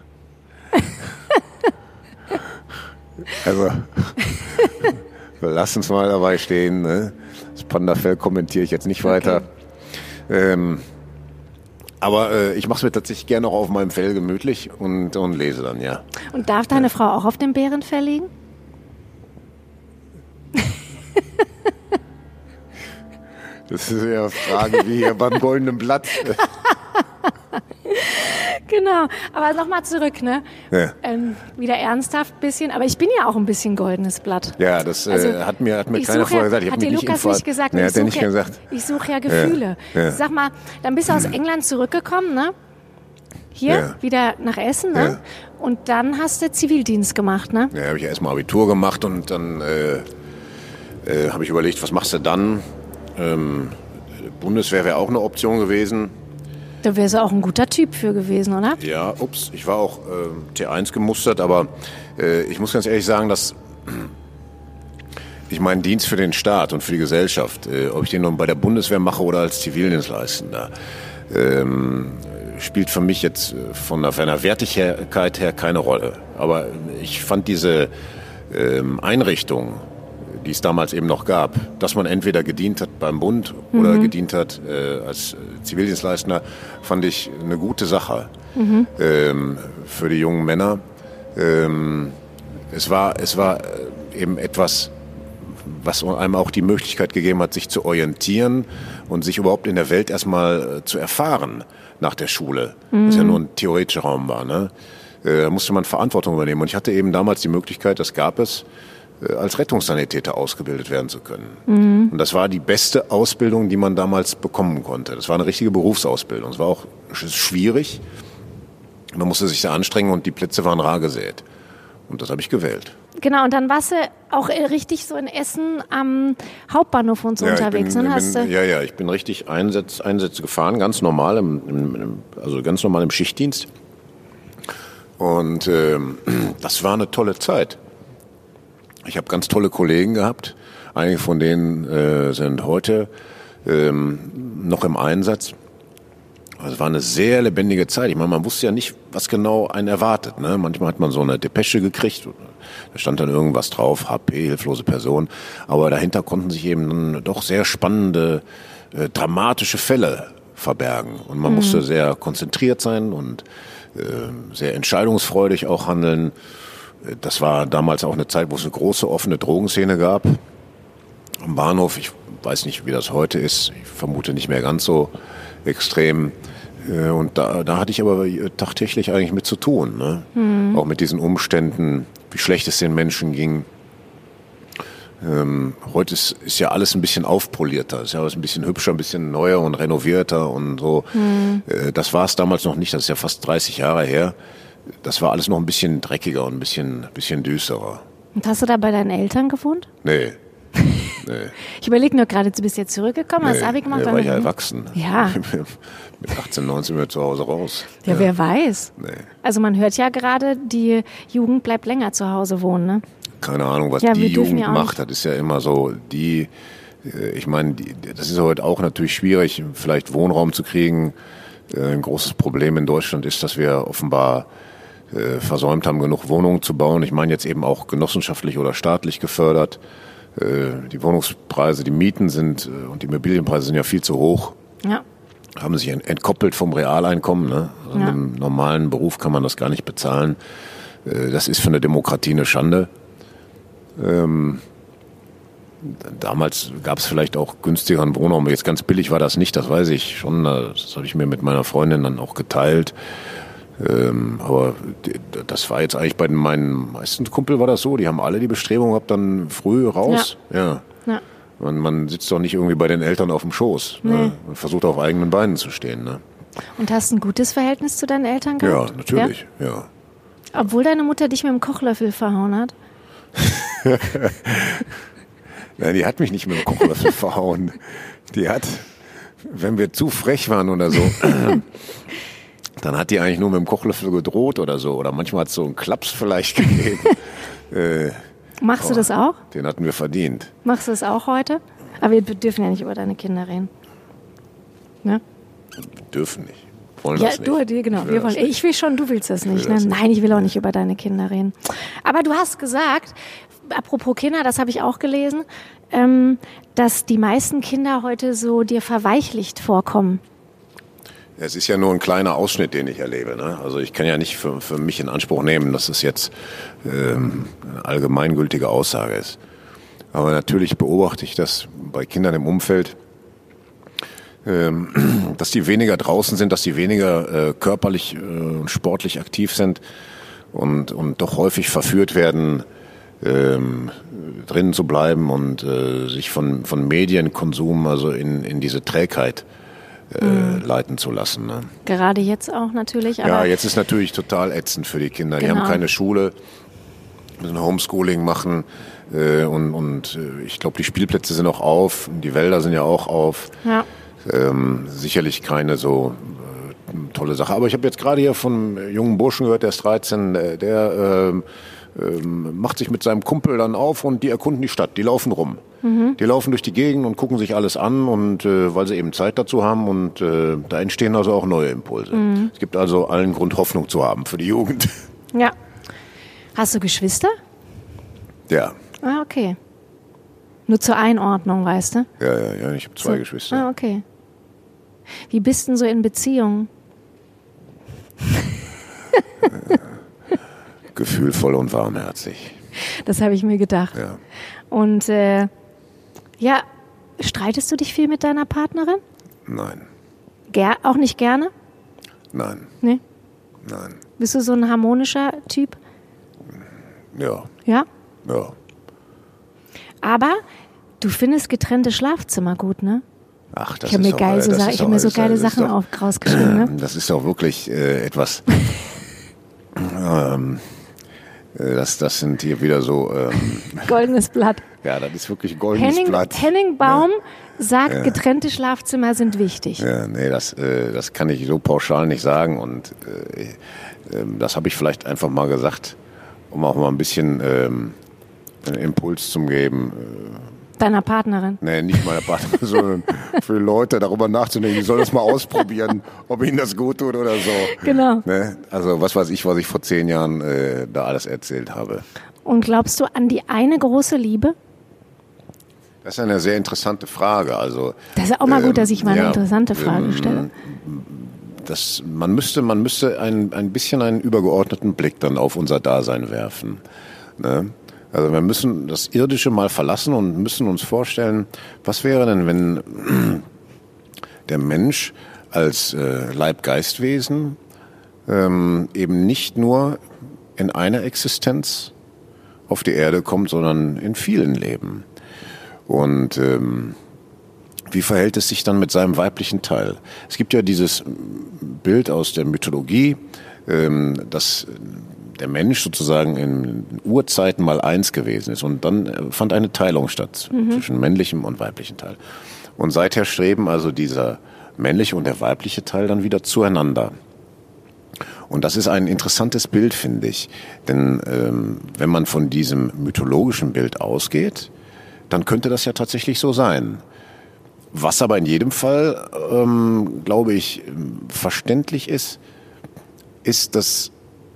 Speaker 3: Also, lass uns mal dabei stehen. Ne? Das Panda-Fell kommentiere ich jetzt nicht weiter. Okay. Ähm, aber äh, ich mache es mir tatsächlich gerne auch auf meinem Fell gemütlich und, und lese dann, ja.
Speaker 2: Und darf deine ja. Frau auch auf dem Bärenfell liegen?
Speaker 3: Das ist ja eine Frage wie hier beim Goldenen Blatt.
Speaker 2: Genau, aber nochmal zurück, ne?
Speaker 3: Ja.
Speaker 2: Ähm, wieder ernsthaft ein bisschen, aber ich bin ja auch ein bisschen goldenes Blatt.
Speaker 3: Ja, das
Speaker 2: also,
Speaker 3: äh, hat mir, hat mir keiner vorher gesagt. Ich
Speaker 2: hat dir
Speaker 3: mich
Speaker 2: Lukas
Speaker 3: nicht,
Speaker 2: nicht gesagt?
Speaker 3: Nee,
Speaker 2: ich
Speaker 3: hat er nicht
Speaker 2: ja,
Speaker 3: gesagt.
Speaker 2: Ich suche ja Gefühle.
Speaker 3: Ja. Ja.
Speaker 2: Sag mal, dann bist du aus England zurückgekommen, ne? Hier,
Speaker 3: ja.
Speaker 2: wieder nach Essen, ne? Ja. Und dann hast du Zivildienst gemacht, ne?
Speaker 3: Ja, habe ich erstmal Abitur gemacht und dann äh, äh, habe ich überlegt, was machst du dann? Ähm, Bundeswehr wäre auch eine Option gewesen.
Speaker 2: Da wärst du auch ein guter Typ für gewesen, oder?
Speaker 3: Ja, ups, ich war auch äh, T eins gemustert, aber äh, ich muss ganz ehrlich sagen, dass ich meinen Dienst für den Staat und für die Gesellschaft, äh, ob ich den nun bei der Bundeswehr mache oder als Zivildienstleistender, ähm, spielt für mich jetzt von der, von der Wertigkeit her keine Rolle. Aber ich fand diese ähm, Einrichtung, die es damals eben noch gab, dass man entweder gedient hat beim Bund oder mhm. gedient hat äh, als Zivildienstleister, fand ich eine gute Sache mhm. ähm, für die jungen Männer. Ähm, es war, es war eben etwas, was einem auch die Möglichkeit gegeben hat, sich zu orientieren und sich überhaupt in der Welt erstmal äh, zu erfahren nach der Schule, mhm. was ja nur ein theoretischer Raum war. Ne? Äh, da musste man Verantwortung übernehmen. Und ich hatte eben damals die Möglichkeit, das gab es, als Rettungssanitäter ausgebildet werden zu können. Mhm. Und das war die beste Ausbildung, die man damals bekommen konnte. Das war eine richtige Berufsausbildung. Es war auch schwierig. Man musste sich sehr anstrengen und die Plätze waren rar gesät. Und das habe ich gewählt.
Speaker 2: Genau, und dann warst du auch richtig so in Essen am Hauptbahnhof und so
Speaker 3: ja,
Speaker 2: unterwegs.
Speaker 3: Ich bin,
Speaker 2: ne?
Speaker 3: bin,
Speaker 2: Hast du
Speaker 3: ja, ja, ich bin richtig Einsatz, Einsätze gefahren, ganz normal, im, im, also ganz normal im Schichtdienst. Und ähm, das war eine tolle Zeit. Ich habe ganz tolle Kollegen gehabt. Einige von denen äh, sind heute ähm, noch im Einsatz. Also es war eine sehr lebendige Zeit. Ich meine, man wusste ja nicht, was genau einen erwartet. Ne? Manchmal hat man so eine Depesche gekriegt. Da stand dann irgendwas drauf, H P, hilflose Person. Aber dahinter konnten sich eben dann doch sehr spannende, äh, dramatische Fälle verbergen. Und man mhm. musste sehr konzentriert sein und äh, sehr entscheidungsfreudig auch handeln. Das war damals auch eine Zeit, wo es eine große offene Drogenszene gab. Am Bahnhof, ich weiß nicht, wie das heute ist, ich vermute nicht mehr ganz so extrem. Und da, da hatte ich aber tagtäglich eigentlich mit zu tun. Ne? Mhm. Auch mit diesen Umständen, wie schlecht es den Menschen ging. Ähm, heute ist, ist ja alles ein bisschen aufpolierter, ist ja alles ein bisschen hübscher, ein bisschen neuer und renovierter und so. Mhm. Äh, das war es damals noch nicht, das ist ja fast dreißig Jahre her. Das war alles noch ein bisschen dreckiger und ein bisschen, bisschen düsterer.
Speaker 2: Und hast du da bei deinen Eltern gewohnt?
Speaker 3: Nee. nee.
Speaker 2: Ich überlege nur gerade, du bist jetzt zurückgekommen, hast
Speaker 3: nee.
Speaker 2: Abi gemacht?
Speaker 3: Nee, war ich ja erwachsen.
Speaker 2: Ja.
Speaker 3: Mit achtzehn, neunzehn bin ich zu Hause raus.
Speaker 2: Ja, ja. Wer weiß.
Speaker 3: Nee.
Speaker 2: Also man hört ja gerade, die Jugend bleibt länger zu Hause wohnen, ne?
Speaker 3: Keine Ahnung, was
Speaker 2: ja,
Speaker 3: die Jugend
Speaker 2: ja
Speaker 3: macht. Das ist ja immer so, die, ich meine, die, das ist heute auch natürlich schwierig, vielleicht Wohnraum zu kriegen. Ein großes Problem in Deutschland ist, dass wir offenbar äh, versäumt haben, genug Wohnungen zu bauen. Ich meine jetzt eben auch genossenschaftlich oder staatlich gefördert. Äh, die Wohnungspreise, die Mieten sind äh, und die Immobilienpreise sind ja viel zu hoch.
Speaker 2: Ja.
Speaker 3: haben sich entkoppelt vom Realeinkommen. Ne? Also ja. Im normalen Beruf kann man das gar nicht bezahlen. Das ist für eine Demokratie eine Schande. Ähm, damals gab es vielleicht auch günstigeren Wohnraum. Jetzt ganz billig war das nicht, das weiß ich schon. Das habe ich mir mit meiner Freundin dann auch geteilt. Ähm, aber das war jetzt eigentlich bei den, meinen meisten Kumpel war das so. Die haben alle die Bestrebung gehabt, dann früh raus. Ja. ja. ja. Man, man sitzt doch nicht irgendwie bei den Eltern auf dem Schoß. Nee. Ne? Man versucht auf eigenen Beinen zu stehen. Ne?
Speaker 2: Und hast du ein gutes Verhältnis zu deinen Eltern gehabt?
Speaker 3: Ja, natürlich, ja. ja.
Speaker 2: Obwohl deine Mutter dich mit dem Kochlöffel verhauen hat?
Speaker 3: Nein, die hat mich nicht mit dem Kochlöffel verhauen. Die hat, wenn wir zu frech waren oder so, dann hat die eigentlich nur mit dem Kochlöffel gedroht oder so. Oder manchmal hat es so einen Klaps vielleicht gegeben. äh,
Speaker 2: Machst du das auch?
Speaker 3: Den hatten wir verdient.
Speaker 2: Machst du das auch heute? Aber wir dürfen ja nicht über deine Kinder reden. Ne?
Speaker 3: Wir dürfen nicht. Wollen
Speaker 2: ja,
Speaker 3: das nicht.
Speaker 2: du, die, genau. Ich will, wir wollen, ich will schon, du willst das nicht. Ne? Das Nein, ich will auch nicht über deine Kinder reden. Aber du hast gesagt, apropos Kinder, das habe ich auch gelesen, ähm, dass die meisten Kinder heute so dir verweichlicht vorkommen.
Speaker 3: Es ist ja nur ein kleiner Ausschnitt, den ich erlebe. Ne? Also ich kann ja nicht für, für mich in Anspruch nehmen, dass es jetzt ähm, eine allgemeingültige Aussage ist. Aber natürlich beobachte ich das bei Kindern im Umfeld, ähm, dass die weniger draußen sind, dass die weniger äh, körperlich und äh, sportlich aktiv sind und, und doch häufig verführt werden, ähm, drinnen zu bleiben und äh, sich von, von Medienkonsum, also in, in diese Trägheit äh, mhm. leiten zu lassen. Ne?
Speaker 2: Gerade jetzt auch natürlich. Aber
Speaker 3: ja, jetzt ist natürlich total ätzend für die Kinder. Genau. Die haben keine Schule, müssen Homeschooling machen äh, und, und äh, ich glaube, die Spielplätze sind auch auf, die Wälder sind ja auch auf. Ja. Ähm, sicherlich keine so äh, tolle Sache. Aber ich habe jetzt gerade hier von einem jungen Burschen gehört, der ist dreizehn, der, der äh, äh, macht sich mit seinem Kumpel dann auf und die erkunden die Stadt, die laufen rum. Mhm. Die laufen durch die Gegend und gucken sich alles an und äh, weil sie eben Zeit dazu haben und äh, da entstehen also auch neue Impulse. Mhm. Es gibt also allen Grund, Hoffnung zu haben für die Jugend.
Speaker 2: Ja. Hast du Geschwister?
Speaker 3: Ja.
Speaker 2: Ah, okay. Nur zur Einordnung, weißt du?
Speaker 3: Ja, ja, ja, ich habe zwei so. Geschwister.
Speaker 2: Ah, okay. Wie bist du denn so in Beziehungen?
Speaker 3: Gefühlvoll und warmherzig.
Speaker 2: Das habe ich mir gedacht.
Speaker 3: Ja.
Speaker 2: Und äh, ja, streitest du dich viel mit deiner Partnerin?
Speaker 3: Nein.
Speaker 2: Ger- auch nicht gerne?
Speaker 3: Nein.
Speaker 2: Nee?
Speaker 3: Nein.
Speaker 2: Bist du so ein harmonischer Typ?
Speaker 3: Ja.
Speaker 2: Ja?
Speaker 3: Ja.
Speaker 2: Aber du findest getrennte Schlafzimmer gut, ne?
Speaker 3: Ach, das
Speaker 2: ich habe mir, geil so ich hab mir so geile Sachen doch, auf, rausgeschrieben. Ne?
Speaker 3: Das ist doch wirklich äh, etwas. ähm, das, das sind hier wieder so. Ähm,
Speaker 2: goldenes Blatt.
Speaker 3: Ja, das ist wirklich goldenes
Speaker 2: Henning,
Speaker 3: Blatt.
Speaker 2: Henning Baum ja. sagt,
Speaker 3: ja.
Speaker 2: getrennte Schlafzimmer sind wichtig.
Speaker 3: Ja, nee, das, äh, das kann ich so pauschal nicht sagen. Und äh, äh, das habe ich vielleicht einfach mal gesagt, um auch mal ein bisschen ähm, einen Impuls zu geben.
Speaker 2: Deiner Partnerin?
Speaker 3: Nee, nicht meiner Partnerin, sondern für Leute darüber nachzudenken, die sollen das mal ausprobieren, ob ihnen das gut tut oder so.
Speaker 2: Genau.
Speaker 3: Ne? Also was weiß ich, was ich vor zehn Jahren äh, da alles erzählt habe.
Speaker 2: Und glaubst du an die eine große Liebe?
Speaker 3: Das ist eine sehr interessante Frage. Also,
Speaker 2: das ist auch mal
Speaker 3: ähm,
Speaker 2: gut, dass ich mal eine
Speaker 3: ja,
Speaker 2: interessante Frage
Speaker 3: ähm,
Speaker 2: stelle.
Speaker 3: Das, man müsste, man müsste ein, ein bisschen einen übergeordneten Blick dann auf unser Dasein werfen. Ne? Also wir müssen das Irdische mal verlassen und müssen uns vorstellen, was wäre denn, wenn der Mensch als äh, Leib-Geist-Wesen ähm, eben nicht nur in einer Existenz auf die Erde kommt, sondern in vielen Leben. Und ähm, wie verhält es sich dann mit seinem weiblichen Teil? Es gibt ja dieses Bild aus der Mythologie, ähm, dass der Mensch sozusagen in Urzeiten mal eins gewesen ist und dann fand eine Teilung statt mhm. zwischen männlichem und weiblichem Teil. Und seither streben also dieser männliche und der weibliche Teil dann wieder zueinander. Und das ist ein interessantes Bild, finde ich. Denn ähm, wenn man von diesem mythologischen Bild ausgeht, dann könnte das ja tatsächlich so sein. Was aber in jedem Fall, ähm, glaube ich, verständlich ist, ist, dass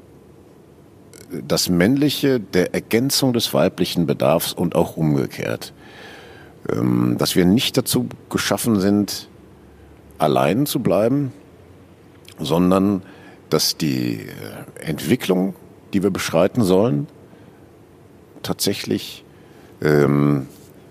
Speaker 3: das Männliche der Ergänzung des Weiblichen bedarf und auch umgekehrt. Ähm, dass wir nicht dazu geschaffen sind, allein zu bleiben, sondern dass die Entwicklung, die wir beschreiten sollen, tatsächlich ähm,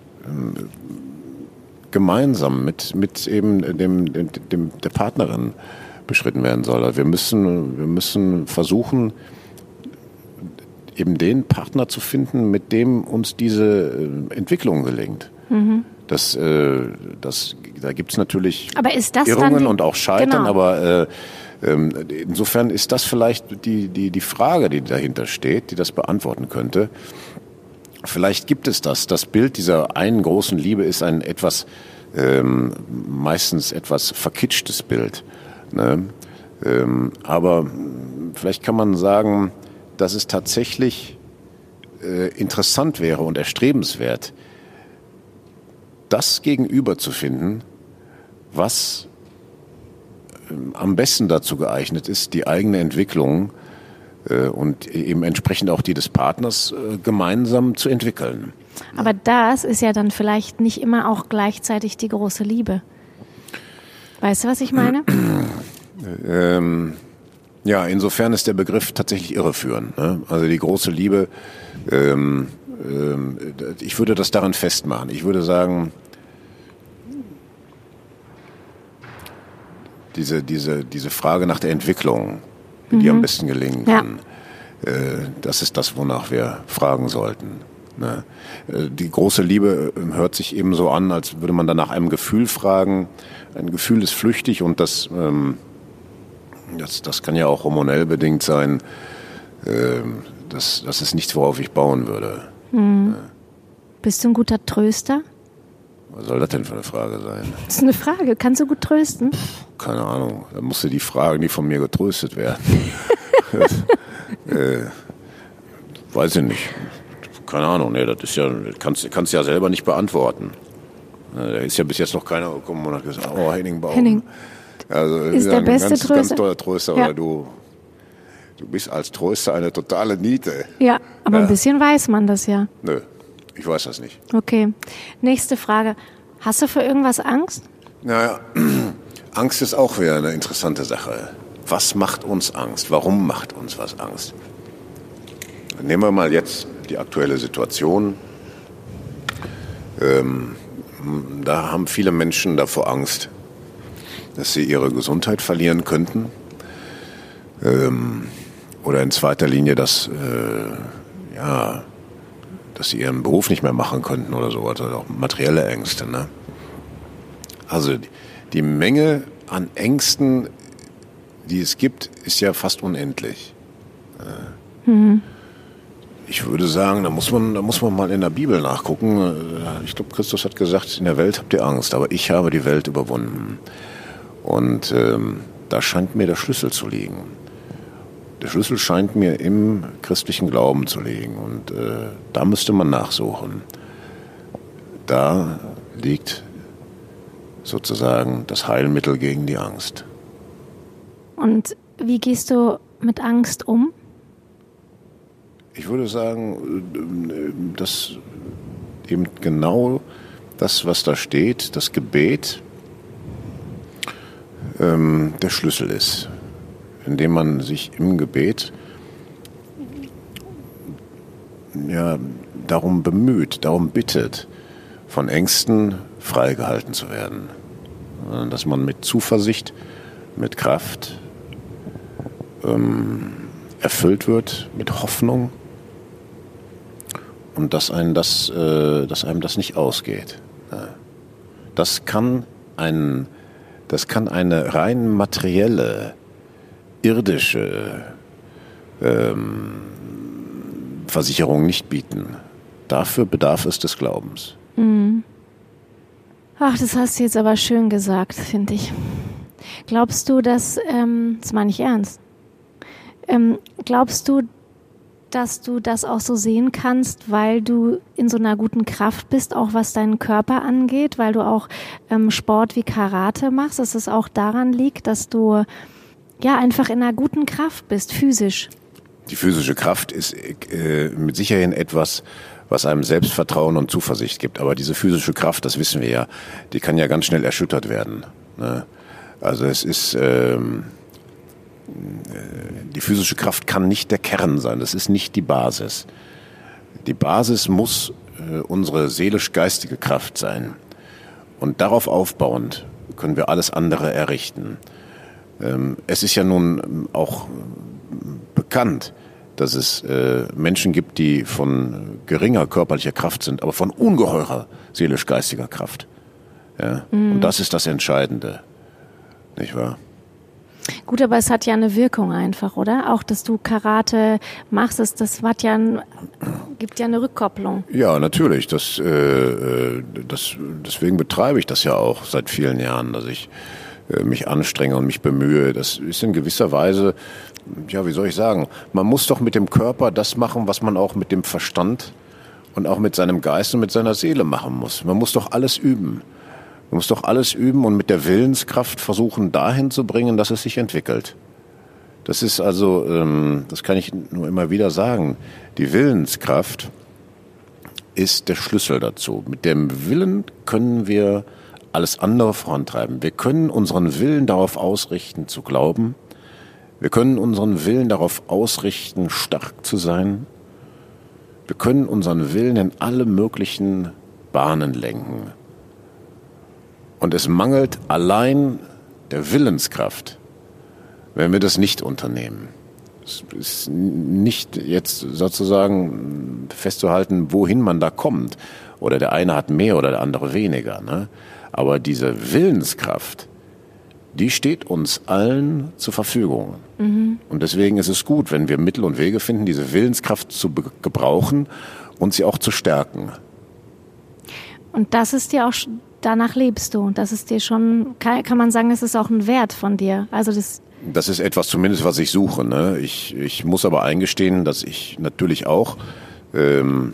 Speaker 3: gemeinsam mit, mit eben dem, dem, dem, der Partnerin beschritten werden soll. Wir müssen, wir müssen versuchen, eben den Partner zu finden, mit dem uns diese Entwicklung gelingt. Mhm. Das, äh, das, da gibt es natürlich
Speaker 2: aber ist das
Speaker 3: Irrungen
Speaker 2: dann die,
Speaker 3: und auch Scheitern,
Speaker 2: genau.
Speaker 3: aber äh, äh, insofern ist das vielleicht die, die, die Frage, die dahinter steht, die das beantworten könnte. Vielleicht gibt es das. Das Bild dieser einen großen Liebe ist ein etwas, ähm, meistens etwas verkitschtes Bild. Ne? Ähm, aber vielleicht kann man sagen, dass es tatsächlich äh, interessant wäre und erstrebenswert, das Gegenüber zu finden, was äh, am besten dazu geeignet ist, die eigene Entwicklung und eben entsprechend auch die des Partners äh, gemeinsam zu entwickeln.
Speaker 2: Aber das ist ja dann vielleicht nicht immer auch gleichzeitig die große Liebe. Weißt du, was ich meine?
Speaker 3: ähm, ja, insofern ist der Begriff tatsächlich irreführend. Ne? Also die große Liebe, ähm, ähm, ich würde das daran festmachen. Ich würde sagen, diese, diese, diese Frage nach der Entwicklung, wie die mhm. am besten gelingen kann. Ja. Äh, das ist das, wonach wir fragen sollten. Ne? Äh, die große Liebe äh, hört sich eben so an, als würde man dann nach einem Gefühl fragen. Ein Gefühl ist flüchtig und das, ähm, das, das kann ja auch hormonell bedingt sein. Äh, das, das ist nichts, worauf ich bauen würde. Mhm.
Speaker 2: Ja. Bist du ein guter Tröster?
Speaker 3: Was soll das denn für eine Frage sein?
Speaker 2: Das ist eine Frage. Kannst du gut trösten?
Speaker 3: Keine Ahnung. Da musst du die fragen, die von mir getröstet werden. äh, weiß ich nicht. Keine Ahnung. Nee, das ist ja, kannst, kannst ja selber nicht beantworten. Da ist ja bis jetzt noch keiner gekommen und hat gesagt, oh, Henning Baum.
Speaker 2: Henning.
Speaker 3: Also,
Speaker 2: ist der
Speaker 3: ein
Speaker 2: beste
Speaker 3: ganz,
Speaker 2: Tröster.
Speaker 3: Ganz toller Tröster,
Speaker 2: ja.
Speaker 3: Oder du, du bist als Tröster eine totale Niete.
Speaker 2: Ja, aber
Speaker 3: ja.
Speaker 2: ein bisschen weiß man das ja.
Speaker 3: Nö. Ich weiß das nicht.
Speaker 2: Okay. Nächste Frage. Hast du vor irgendwas Angst?
Speaker 3: Naja, Angst ist auch wieder eine interessante Sache. Was macht uns Angst? Warum macht uns was Angst? Nehmen wir mal jetzt die aktuelle Situation. Ähm, da haben viele Menschen davor Angst, dass sie ihre Gesundheit verlieren könnten. Ähm, oder in zweiter Linie, dass äh, ja... dass sie ihren Beruf nicht mehr machen könnten oder so, also auch materielle Ängste. Ne? Also die Menge an Ängsten, die es gibt, ist ja fast unendlich. Mhm. Ich würde sagen, da muss man, da muss man mal in der Bibel nachgucken. Ich glaube, Christus hat gesagt, in der Welt habt ihr Angst, aber ich habe die Welt überwunden. Und ähm, da scheint mir der Schlüssel zu liegen. Der Schlüssel scheint mir im christlichen Glauben zu liegen und äh, da müsste man nachsuchen. Da liegt sozusagen das Heilmittel gegen die Angst.
Speaker 2: Und wie gehst du mit Angst um?
Speaker 3: Ich würde sagen, dass eben genau das, was da steht, das Gebet, ähm, der Schlüssel ist. Indem man sich im Gebet ja, darum bemüht, darum bittet, von Ängsten freigehalten zu werden. Dass man mit Zuversicht, mit Kraft ähm, erfüllt wird, mit Hoffnung und dass einem das, äh, dass einem das nicht ausgeht. Das kann, ein, das kann eine rein materielle, irdische ähm, Versicherung nicht bieten. Dafür bedarf es des Glaubens.
Speaker 2: Mhm. Ach, das hast du jetzt aber schön gesagt, finde ich. Glaubst du, dass, ähm, das meine ich ernst, ähm, glaubst du, dass du das auch so sehen kannst, weil du in so einer guten Kraft bist, auch was deinen Körper angeht, weil du auch ähm, Sport wie Karate machst, dass es auch daran liegt, dass du ja einfach in einer guten Kraft bist, physisch?
Speaker 3: Die physische Kraft ist äh, mit Sicherheit etwas, was einem Selbstvertrauen und Zuversicht gibt. Aber diese physische Kraft, das wissen wir ja, die kann ja ganz schnell erschüttert werden. Ne? Also es ist, ähm, die physische Kraft kann nicht der Kern sein, das ist nicht die Basis. Die Basis muss äh, unsere seelisch-geistige Kraft sein. Und darauf aufbauend können wir alles andere errichten. Ähm, es ist ja nun auch bekannt, dass es äh, Menschen gibt, die von geringer körperlicher Kraft sind, aber von ungeheurer seelisch-geistiger Kraft. Ja? Mhm. Und das ist das Entscheidende, nicht wahr?
Speaker 2: Gut, aber es hat ja eine Wirkung einfach, oder? Auch, dass du Karate machst, das, das hat ja ein, gibt ja eine Rückkopplung.
Speaker 3: Ja, natürlich. Das, äh, das, deswegen betreibe ich das ja auch seit vielen Jahren, dass ich äh, mich anstrenge und mich bemühe. Das ist in gewisser Weise, ja, wie soll ich sagen, man muss doch mit dem Körper das machen, was man auch mit dem Verstand und auch mit seinem Geist und mit seiner Seele machen muss. Man muss doch alles üben. Man muss doch alles üben und mit der Willenskraft versuchen, dahin zu bringen, dass es sich entwickelt. Das ist also, ähm, das kann ich nur immer wieder sagen, die Willenskraft ist der Schlüssel dazu. Mit dem Willen können wir alles andere vorantreiben. Wir können unseren Willen darauf ausrichten, zu glauben. Wir können unseren Willen darauf ausrichten, stark zu sein. Wir können unseren Willen in alle möglichen Bahnen lenken. Und es mangelt allein der Willenskraft, wenn wir das nicht unternehmen. Es ist nicht jetzt sozusagen festzuhalten, wohin man da kommt. Oder der eine hat mehr oder der andere weniger. Ne? Aber diese Willenskraft, die steht uns allen zur Verfügung. Mhm. Und deswegen ist es gut, wenn wir Mittel und Wege finden, diese Willenskraft zu be- gebrauchen und sie auch zu stärken.
Speaker 2: Und das ist ja auch... Danach lebst du. Das ist dir schon, kann, kann man sagen, das ist auch ein Wert von dir. Also das,
Speaker 3: das ist etwas zumindest, was ich suche. Ne? Ich, ich muss aber eingestehen, dass ich natürlich auch ähm,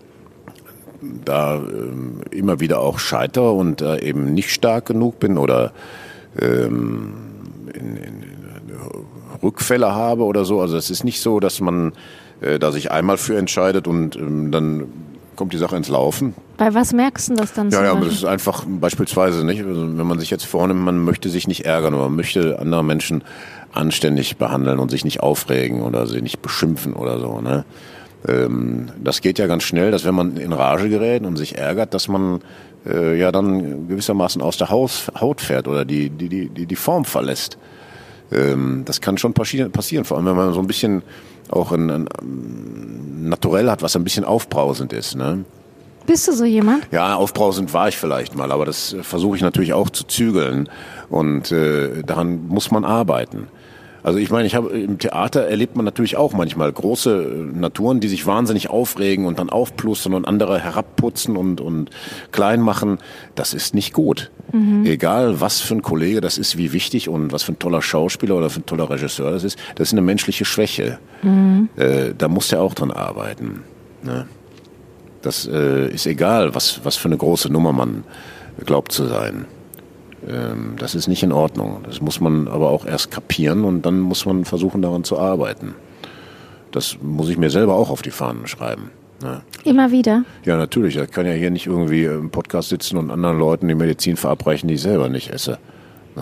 Speaker 3: da ähm, immer wieder auch scheitere und äh, eben nicht stark genug bin oder ähm, in, in, in Rückfälle habe oder so. Also es ist nicht so, dass man äh, da sich einmal für entscheidet und ähm, dann kommt die Sache ins Laufen.
Speaker 2: Bei was merkst du das dann?
Speaker 3: Ja, ja, aber das ist einfach beispielsweise, nicht, also wenn man sich jetzt vornimmt, man möchte sich nicht ärgern oder man möchte andere Menschen anständig behandeln und sich nicht aufregen oder sie nicht beschimpfen oder so. Ne? Ähm, das geht ja ganz schnell, dass wenn man in Rage gerät und sich ärgert, dass man äh, ja dann gewissermaßen aus der Haus, Haut fährt oder die, die, die, die Form verlässt. Ähm, das kann schon passieren, passieren, vor allem wenn man so ein bisschen auch ein, ein Naturell hat, was ein bisschen aufbrausend ist. Ne?
Speaker 2: Bist du so jemand?
Speaker 3: Ja, aufbrausend war ich vielleicht mal, aber das versuche ich natürlich auch zu zügeln und äh, daran muss man arbeiten. Also ich meine, ich habe im Theater erlebt man natürlich auch manchmal große Naturen, die sich wahnsinnig aufregen und dann aufplustern und andere herabputzen und, und klein machen. Das ist nicht gut. Mhm. Egal, was für ein Kollege das ist, wie wichtig und was für ein toller Schauspieler oder für ein toller Regisseur das ist, das ist eine menschliche Schwäche. Mhm. Äh, da muss der auch dran arbeiten. Ne? Das äh, ist egal, was, was für eine große Nummer man glaubt zu sein. Das ist nicht in Ordnung. Das muss man aber auch erst kapieren und dann muss man versuchen, daran zu arbeiten. Das muss ich mir selber auch auf die Fahnen schreiben. Ja.
Speaker 2: Immer wieder?
Speaker 3: Ja, natürlich. Ich kann ja hier nicht irgendwie im Podcast sitzen und anderen Leuten die Medizin verabreichen, die ich selber nicht esse. Ja.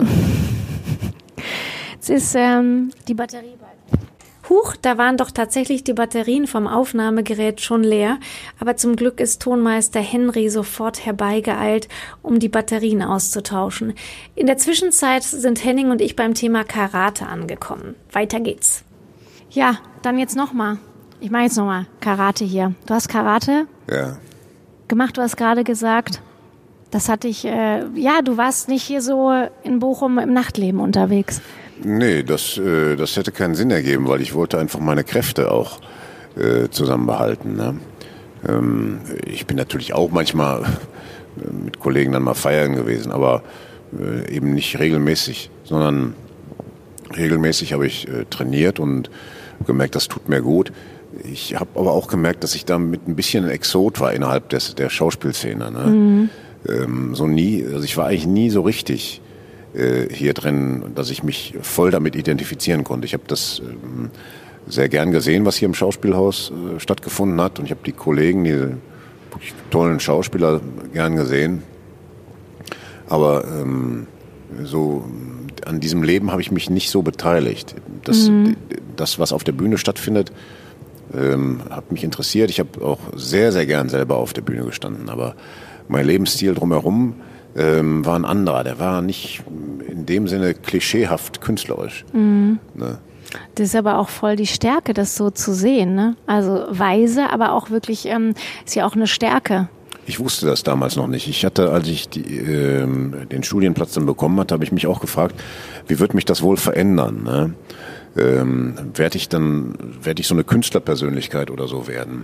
Speaker 2: Jetzt ist ähm, die Batterie bald. Huch, da waren doch tatsächlich die Batterien vom Aufnahmegerät schon leer, aber zum Glück ist Tonmeister Henry sofort herbeigeeilt, um die Batterien auszutauschen. In der Zwischenzeit sind Henning und ich beim Thema Karate angekommen. Weiter geht's. Ja, dann jetzt nochmal. Ich mache jetzt nochmal Karate hier. Du hast Karate
Speaker 3: ja.
Speaker 2: gemacht, du hast gerade gesagt, das hatte ich, äh, ja, du warst nicht hier so in Bochum im Nachtleben unterwegs.
Speaker 3: Nee, das, äh, das hätte keinen Sinn ergeben, weil ich wollte einfach meine Kräfte auch äh, zusammenbehalten. Ne? Ähm, ich bin natürlich auch manchmal mit Kollegen dann mal feiern gewesen, aber äh, eben nicht regelmäßig, sondern regelmäßig habe ich äh, trainiert und gemerkt, das tut mir gut. Ich habe aber auch gemerkt, dass ich damit ein bisschen ein Exot war innerhalb des, der Schauspielszene. Ne? Mhm. Ähm, so nie, also ich war eigentlich nie so richtig hier drin, dass ich mich voll damit identifizieren konnte. Ich habe das ähm, sehr gern gesehen, was hier im Schauspielhaus äh, stattgefunden hat und ich habe die Kollegen, die wirklich tollen Schauspieler gern gesehen. Aber ähm, so an diesem Leben habe ich mich nicht so beteiligt. Das, mhm. das was auf der Bühne stattfindet, ähm, hat mich interessiert. Ich habe auch sehr, sehr gern selber auf der Bühne gestanden. Aber mein Lebensstil drumherum ähm, war ein anderer. Der war nicht in dem Sinne klischeehaft künstlerisch.
Speaker 2: Mhm.
Speaker 3: Ne?
Speaker 2: Das ist aber auch voll die Stärke, das so zu sehen. Ne? Also weise, aber auch wirklich, ähm, ist ja auch eine Stärke.
Speaker 3: Ich wusste das damals noch nicht. Ich hatte, als ich die, äh, den Studienplatz dann bekommen hatte, habe ich mich auch gefragt, wie wird mich das wohl verändern? Ne? Ähm, werde ich dann, werde ich so eine Künstlerpersönlichkeit oder so werden?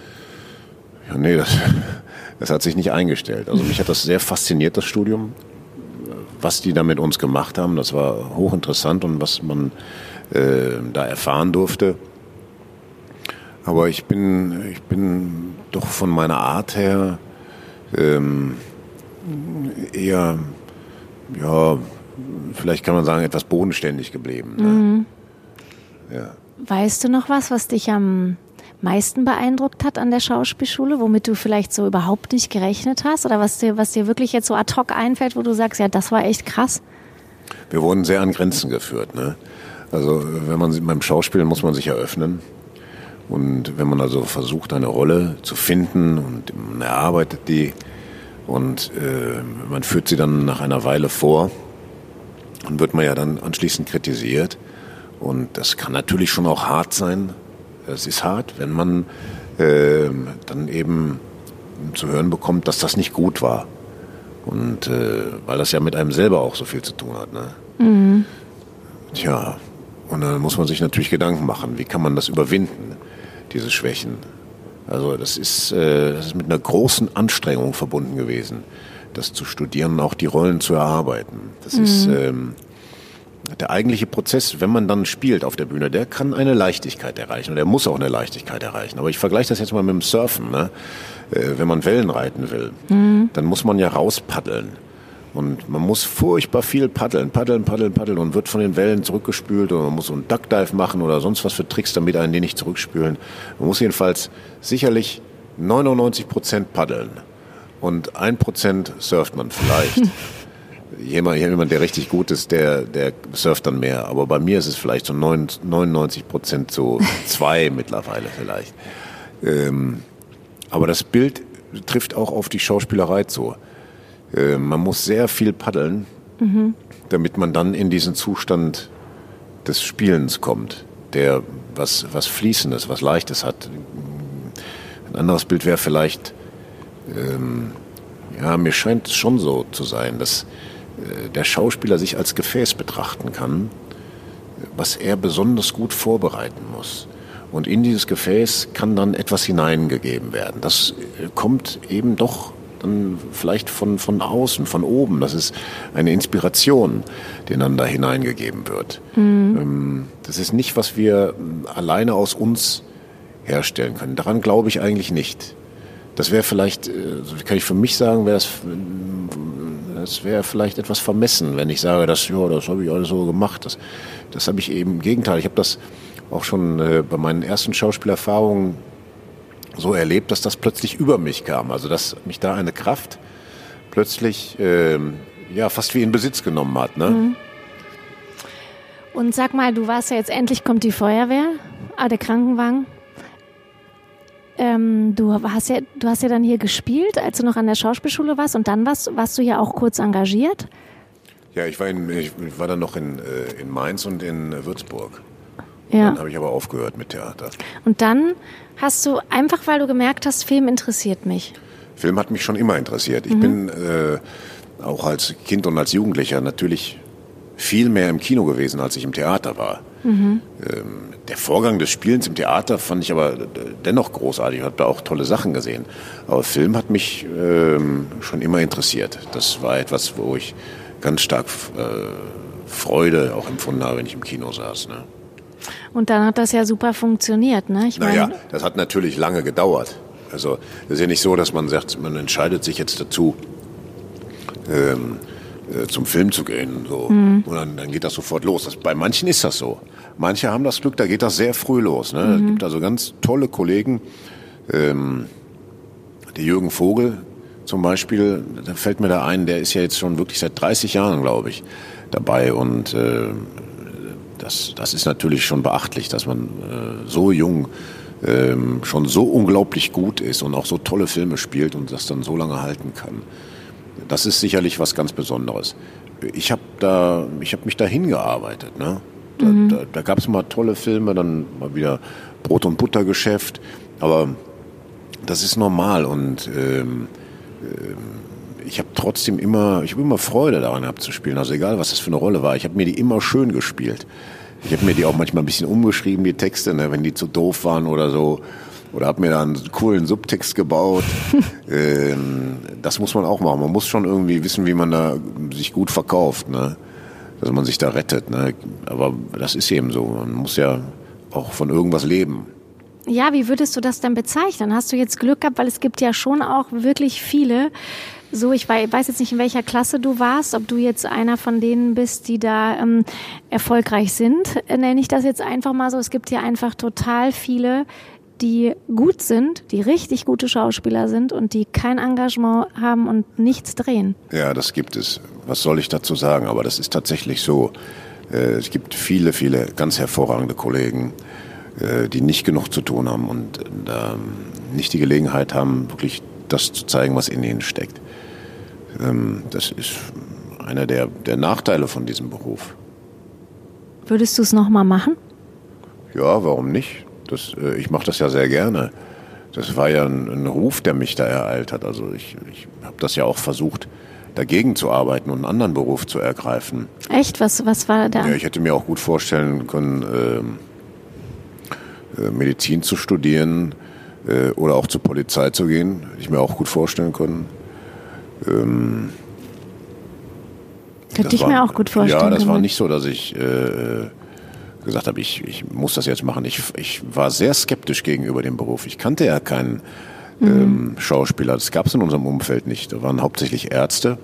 Speaker 3: Ja, nee, das, das hat sich nicht eingestellt. Also mich hat das sehr fasziniert, das Studium. Was die da mit uns gemacht haben, das war hochinteressant und was man äh, da erfahren durfte. Aber ich bin, ich bin doch von meiner Art her ähm, eher, ja, vielleicht kann man sagen, etwas bodenständig geblieben. Ne?
Speaker 2: Mhm.
Speaker 3: Ja.
Speaker 2: Weißt du noch was, was dich am meisten beeindruckt hat an der Schauspielschule, womit du vielleicht so überhaupt nicht gerechnet hast? Oder was dir, was dir wirklich jetzt so ad hoc einfällt, wo du sagst, ja, das war echt krass?
Speaker 3: Wir wurden sehr an Grenzen geführt. Ne? Also wenn man beim Schauspielen muss man sich eröffnen. Und wenn man also versucht, eine Rolle zu finden und man erarbeitet die und äh, man führt sie dann nach einer Weile vor, dann wird man ja dann anschließend kritisiert. Und das kann natürlich schon auch hart sein. Es ist hart, wenn man äh, dann eben zu hören bekommt, dass das nicht gut war. Und äh, weil das ja mit einem selber auch so viel zu tun hat. Ne?
Speaker 2: Mhm.
Speaker 3: Tja, und dann muss man sich natürlich Gedanken machen, wie kann man das überwinden, diese Schwächen. Also das ist, äh, das ist mit einer großen Anstrengung verbunden gewesen, das zu studieren und auch die Rollen zu erarbeiten. Das mhm. ist ähm, der eigentliche Prozess, wenn man dann spielt auf der Bühne, der kann eine Leichtigkeit erreichen und der muss auch eine Leichtigkeit erreichen. Aber ich vergleiche das jetzt mal mit dem Surfen. Ne? Äh, wenn man Wellen reiten will, mhm. dann muss man ja rauspaddeln. Und man muss furchtbar viel paddeln, paddeln, paddeln, paddeln und wird von den Wellen zurückgespült oder man muss so einen Duckdive machen oder sonst was für Tricks, damit einen die nicht zurückspülen. Man muss jedenfalls sicherlich neunundneunzig Prozent paddeln und ein Prozent surft man vielleicht. Jemand, jemand, der richtig gut ist, der, der surft dann mehr. Aber bei mir ist es vielleicht so neunundneunzig Prozent so zwei mittlerweile vielleicht. Ähm, aber das Bild trifft auch auf die Schauspielerei zu. Man muss sehr viel paddeln, mhm. damit man dann in diesen Zustand des Spielens kommt, der was, was Fließendes, was Leichtes hat. Ein anderes Bild wäre vielleicht, ähm, ja, mir scheint es schon so zu sein, dass äh, der Schauspieler sich als Gefäß betrachten kann, was er besonders gut vorbereiten muss. Und in dieses Gefäß kann dann etwas hineingegeben werden. Das äh, kommt eben doch dann vielleicht von, von außen, von oben. Das ist eine Inspiration, die dann da hineingegeben wird. Mhm. Das ist nicht, was wir alleine aus uns herstellen können. Daran glaube ich eigentlich nicht. Das wäre vielleicht, kann ich für mich sagen, wäre das, das wäre vielleicht etwas vermessen, wenn ich sage, das, ja, das habe ich alles so gemacht. Das, das habe ich eben im Gegenteil. Ich habe das auch schon bei meinen ersten Schauspielerfahrungen so erlebt, dass das plötzlich über mich kam. Also dass mich da eine Kraft plötzlich ähm, ja, fast wie in Besitz genommen hat. Ne?
Speaker 2: Mhm. Und sag mal, du warst ja jetzt, endlich kommt die Feuerwehr, ah, der Krankenwagen. Ähm, du, hast ja, du hast ja dann hier gespielt, als du noch an der Schauspielschule warst und dann warst, warst du ja auch kurz engagiert.
Speaker 3: Ja, ich war, in, ich war dann noch in, in Mainz und in Würzburg.
Speaker 2: Ja.
Speaker 3: Dann habe ich aber aufgehört mit Theater.
Speaker 2: Und dann hast du, einfach weil du gemerkt hast, Film interessiert mich.
Speaker 3: Film hat mich schon immer interessiert. Ich mhm. bin äh, auch als Kind und als Jugendlicher natürlich viel mehr im Kino gewesen, als ich im Theater war. Mhm. Ähm, der Vorgang des Spielens im Theater fand ich aber dennoch großartig. Ich habe da auch tolle Sachen gesehen. Aber Film hat mich ähm, schon immer interessiert. Das war etwas, wo ich ganz stark äh, Freude auch empfunden habe, wenn ich im Kino saß. Ne?
Speaker 2: Und dann hat das ja super funktioniert, ne? Ich
Speaker 3: naja,
Speaker 2: meine,
Speaker 3: das hat natürlich lange gedauert. Also das ist ja nicht so, dass man sagt, man entscheidet sich jetzt dazu, ähm, äh, zum Film zu gehen. So. Mhm. Und dann, dann geht das sofort los. Das, bei manchen ist das so. Manche haben das Glück, da geht das sehr früh los. Ne? Mhm. Es gibt also ganz tolle Kollegen. Ähm, der Jürgen Vogel zum Beispiel, da fällt mir da ein, der ist ja jetzt schon wirklich seit dreißig Jahren, glaube ich, dabei und äh, das, das ist natürlich schon beachtlich, dass man äh, so jung äh, schon so unglaublich gut ist und auch so tolle Filme spielt und das dann so lange halten kann. Das ist sicherlich was ganz Besonderes. Ich habe da, ich habe mich da hingearbeitet, ne? Da, mhm. da, da gab es mal tolle Filme, dann mal wieder Brot- und Buttergeschäft, aber das ist normal und ähm, ähm, ich habe trotzdem immer, ich habe immer Freude daran gehabt zu spielen, also egal was das für eine Rolle war, ich habe mir die immer schön gespielt. Ich habe mir die auch manchmal ein bisschen umgeschrieben, die Texte, ne, wenn die zu doof waren oder so, oder habe mir da einen coolen Subtext gebaut. ähm, das muss man auch machen, man muss schon irgendwie wissen, wie man da sich gut verkauft, ne? Dass man sich da rettet, ne? Aber das ist eben so. Man muss ja auch von irgendwas leben.
Speaker 2: Ja, wie würdest du das denn bezeichnen? Hast du jetzt Glück gehabt, weil es gibt ja schon auch wirklich viele. So, ich weiß jetzt nicht, in welcher Klasse du warst, ob du jetzt einer von denen bist, die da ähm, erfolgreich sind, nenne ich das jetzt einfach mal so. Es gibt ja einfach total viele, die gut sind, die richtig gute Schauspieler sind und die kein Engagement haben und nichts drehen.
Speaker 3: Ja, das gibt es. Was soll ich dazu sagen? Aber das ist tatsächlich so. Es gibt viele, viele ganz hervorragende Kollegen, die nicht genug zu tun haben und nicht die Gelegenheit haben, wirklich das zu zeigen, was in ihnen steckt. Das ist einer der, der Nachteile von diesem Beruf.
Speaker 2: Würdest du es nochmal machen?
Speaker 3: Ja, warum nicht? Das, äh, ich mache das ja sehr gerne. Das war ja ein, ein Ruf, der mich da ereilt hat. Also ich, ich habe das ja auch versucht, dagegen zu arbeiten und einen anderen Beruf zu ergreifen.
Speaker 2: Echt? Was, was war da?
Speaker 3: Ja, ich hätte mir auch gut vorstellen können, äh, äh, Medizin zu studieren äh, oder auch zur Polizei zu gehen. Hätte ich mir auch gut vorstellen können. Ähm,
Speaker 2: Könnte ich war, mir auch gut vorstellen.
Speaker 3: Ja, das
Speaker 2: können.
Speaker 3: war nicht so, dass ich äh, gesagt habe, ich, ich muss das jetzt machen. Ich, ich war sehr skeptisch gegenüber dem Beruf. Ich kannte ja keinen mhm. ähm, Schauspieler. Das gab es in unserem Umfeld nicht. Da waren hauptsächlich Ärzte.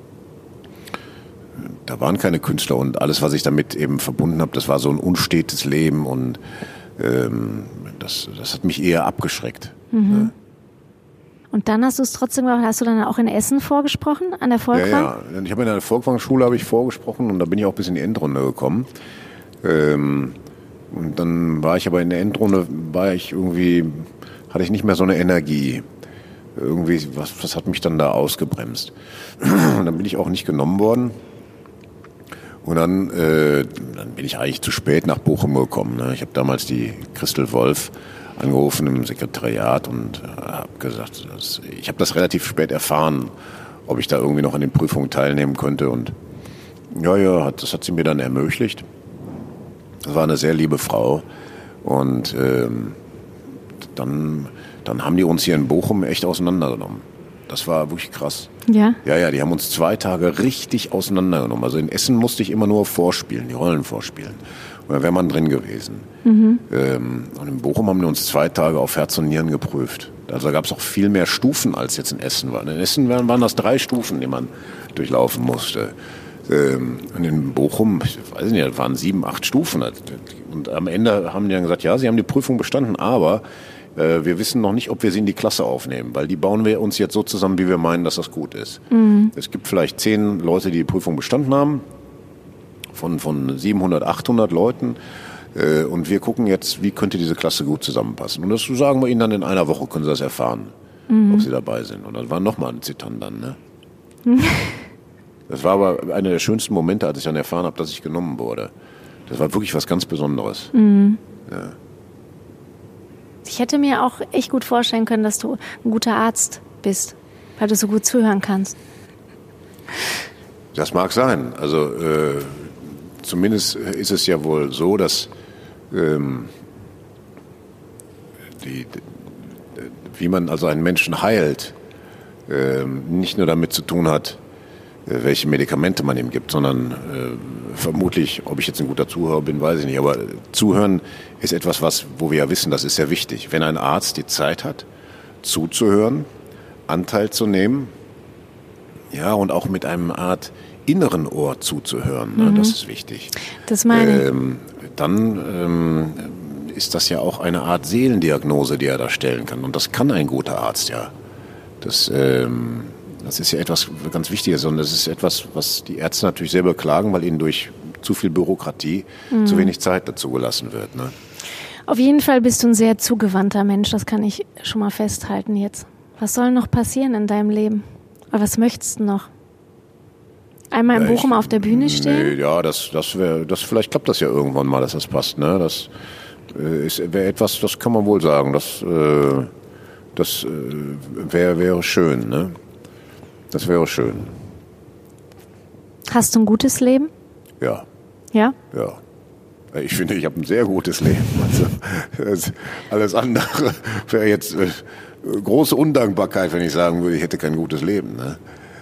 Speaker 3: Da waren keine Künstler und alles, was ich damit eben verbunden habe, das war so ein unstetes Leben und ähm, das, das hat mich eher abgeschreckt.
Speaker 2: Mhm.
Speaker 3: Ne?
Speaker 2: Und dann hast du es trotzdem gemacht. Hast du dann auch in Essen vorgesprochen, an der Volkwang?
Speaker 3: Ja, ja. Ich habe in der Volkwang-Schule habe ich vorgesprochen und da bin ich auch bis in die Endrunde gekommen. Ähm, und dann war ich aber in der Endrunde, war ich irgendwie, hatte ich nicht mehr so eine Energie. Irgendwie, was, was hat mich dann da ausgebremst? Und dann bin ich auch nicht genommen worden. Und dann, äh, dann bin ich eigentlich zu spät nach Bochum gekommen. Ne? Ich habe damals die Christel Wolf angerufen im Sekretariat und äh, habe gesagt, das, ich habe das relativ spät erfahren, ob ich da irgendwie noch an den Prüfungen teilnehmen könnte. Und ja, ja, hat, das hat sie mir dann ermöglicht. Das war eine sehr liebe Frau und ähm, dann, dann haben die uns hier in Bochum echt auseinandergenommen. Das war wirklich krass.
Speaker 2: Ja?
Speaker 3: Ja, ja, die haben uns zwei Tage richtig auseinandergenommen. Also in Essen musste ich immer nur vorspielen, die Rollen vorspielen. Und dann wäre man drin gewesen. Mhm. Ähm, und in Bochum haben die uns zwei Tage auf Herz und Nieren geprüft. Also da gab es auch viel mehr Stufen, als jetzt in Essen waren. In Essen waren, waren das drei Stufen, die man durchlaufen musste. Und in Bochum, ich weiß nicht, das waren sieben, acht Stufen. Und am Ende haben die dann gesagt, ja, sie haben die Prüfung bestanden, aber äh, wir wissen noch nicht, ob wir sie in die Klasse aufnehmen, weil die bauen wir uns jetzt so zusammen, wie wir meinen, dass das gut ist. Mhm. Es gibt vielleicht zehn Leute, die die Prüfung bestanden haben, von, von siebenhundert, achthundert Leuten. Äh, und wir gucken jetzt, wie könnte diese Klasse gut zusammenpassen. Und das sagen wir ihnen dann in einer Woche, können sie das erfahren, mhm. ob sie dabei sind. Und dann war nochmal ein Zittern dann, ne? Mhm. Das war aber einer der schönsten Momente, als ich dann erfahren habe, dass ich genommen wurde. Das war wirklich was ganz Besonderes. Mhm. Ja.
Speaker 2: Ich hätte mir auch echt gut vorstellen können, dass du ein guter Arzt bist, weil du so gut zuhören kannst.
Speaker 3: Das mag sein. Also äh, zumindest ist es ja wohl so, dass ähm, die, wie man also einen Menschen heilt, äh, nicht nur damit zu tun hat, welche Medikamente man ihm gibt, sondern äh, vermutlich, ob ich jetzt ein guter Zuhörer bin, weiß ich nicht, aber Zuhören ist etwas, was, wo wir ja wissen, das ist sehr wichtig. Wenn ein Arzt die Zeit hat, zuzuhören, Anteil zu nehmen, ja, und auch mit einem Art inneren Ohr zuzuhören, mhm. ne, das ist wichtig.
Speaker 2: Das meine ich.
Speaker 3: Ähm, dann ähm, ist das ja auch eine Art Seelendiagnose, die er da stellen kann. Und das kann ein guter Arzt, ja. Das, ähm, Das ist ja etwas ganz Wichtiges und das ist etwas, was die Ärzte natürlich sehr beklagen, weil ihnen durch zu viel Bürokratie mhm. zu wenig Zeit dazu gelassen wird. Ne?
Speaker 2: Auf jeden Fall bist du ein sehr zugewandter Mensch, das kann ich schon mal festhalten jetzt. Was soll noch passieren in deinem Leben? Oder was möchtest du noch? Einmal in ja, Bochum ich, auf der Bühne stehen?
Speaker 3: Nee, ja, das, das wäre, das, vielleicht klappt das ja irgendwann mal, dass das passt. Ne? Das äh, wäre etwas, das kann man wohl sagen, das, äh, das äh, wär, wäre schön. Ne? Das wäre schön.
Speaker 2: Hast du ein gutes Leben?
Speaker 3: Ja.
Speaker 2: Ja?
Speaker 3: Ja. Ich finde, ich habe ein sehr gutes Leben. Also, alles andere wäre jetzt äh, große Undankbarkeit, wenn ich sagen würde, ich hätte kein gutes Leben. Ne?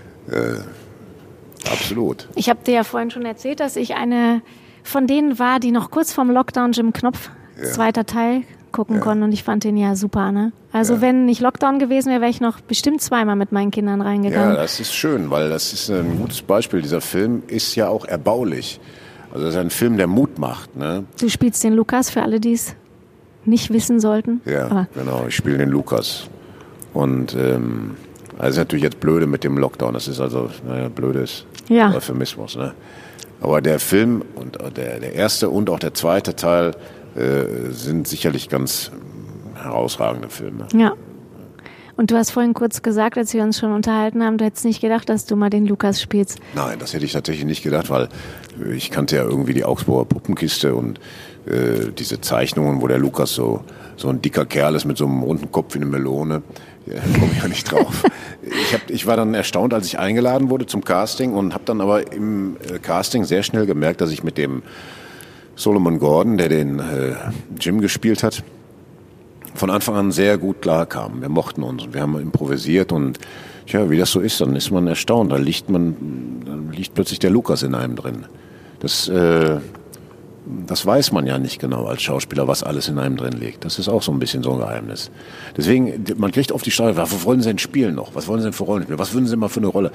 Speaker 3: Äh, absolut.
Speaker 2: Ich habe dir ja vorhin schon erzählt, dass ich eine von denen war, die noch kurz vorm Lockdown Jim Knopf, ja. zweiter Teil, gucken ja. konnten und ich fand den ja super. Ne? Also ja. wenn nicht Lockdown gewesen wäre, wäre ich noch bestimmt zweimal mit meinen Kindern reingegangen.
Speaker 3: Ja, das ist schön, weil das ist ein gutes Beispiel. Dieser Film ist ja auch erbaulich. Also das ist ein Film, der Mut macht. Ne?
Speaker 2: Du spielst den Lukas, für alle, die es nicht wissen sollten.
Speaker 3: Ja, aber genau, ich spiele den Lukas. Und ähm, das ist natürlich jetzt blöde mit dem Lockdown. Das ist also, naja, blödes
Speaker 2: ja.
Speaker 3: Euphemismus. Ne? Aber der Film, und der, der erste und auch der zweite Teil äh, sind sicherlich ganz herausragende Filme.
Speaker 2: Ja. Und du hast vorhin kurz gesagt, als wir uns schon unterhalten haben, du hättest nicht gedacht, dass du mal den Lukas spielst.
Speaker 3: Nein, das hätte ich tatsächlich nicht gedacht, weil ich kannte ja irgendwie die Augsburger Puppenkiste und äh, diese Zeichnungen, wo der Lukas so, so ein dicker Kerl ist mit so einem runden Kopf wie eine Melone. Ja, da komme ich ja nicht drauf. Ich, hab, ich war dann erstaunt, als ich eingeladen wurde zum Casting und habe dann aber im äh, Casting sehr schnell gemerkt, dass ich mit dem Solomon Gordon, der den äh, Jim gespielt hat, von Anfang an sehr gut klar kamen. Wir mochten uns und wir haben improvisiert und ja, wie das so ist, dann ist man erstaunt. Da liegt man, dann liegt plötzlich der Lukas in einem drin. Das, äh, das weiß man ja nicht genau als Schauspieler, was alles in einem drin liegt. Das ist auch so ein bisschen so ein Geheimnis. Deswegen, man kriegt oft die Frage, was wollen Sie denn spielen noch? Was wollen Sie denn für Rollen spielen? Was würden Sie mal für eine Rolle?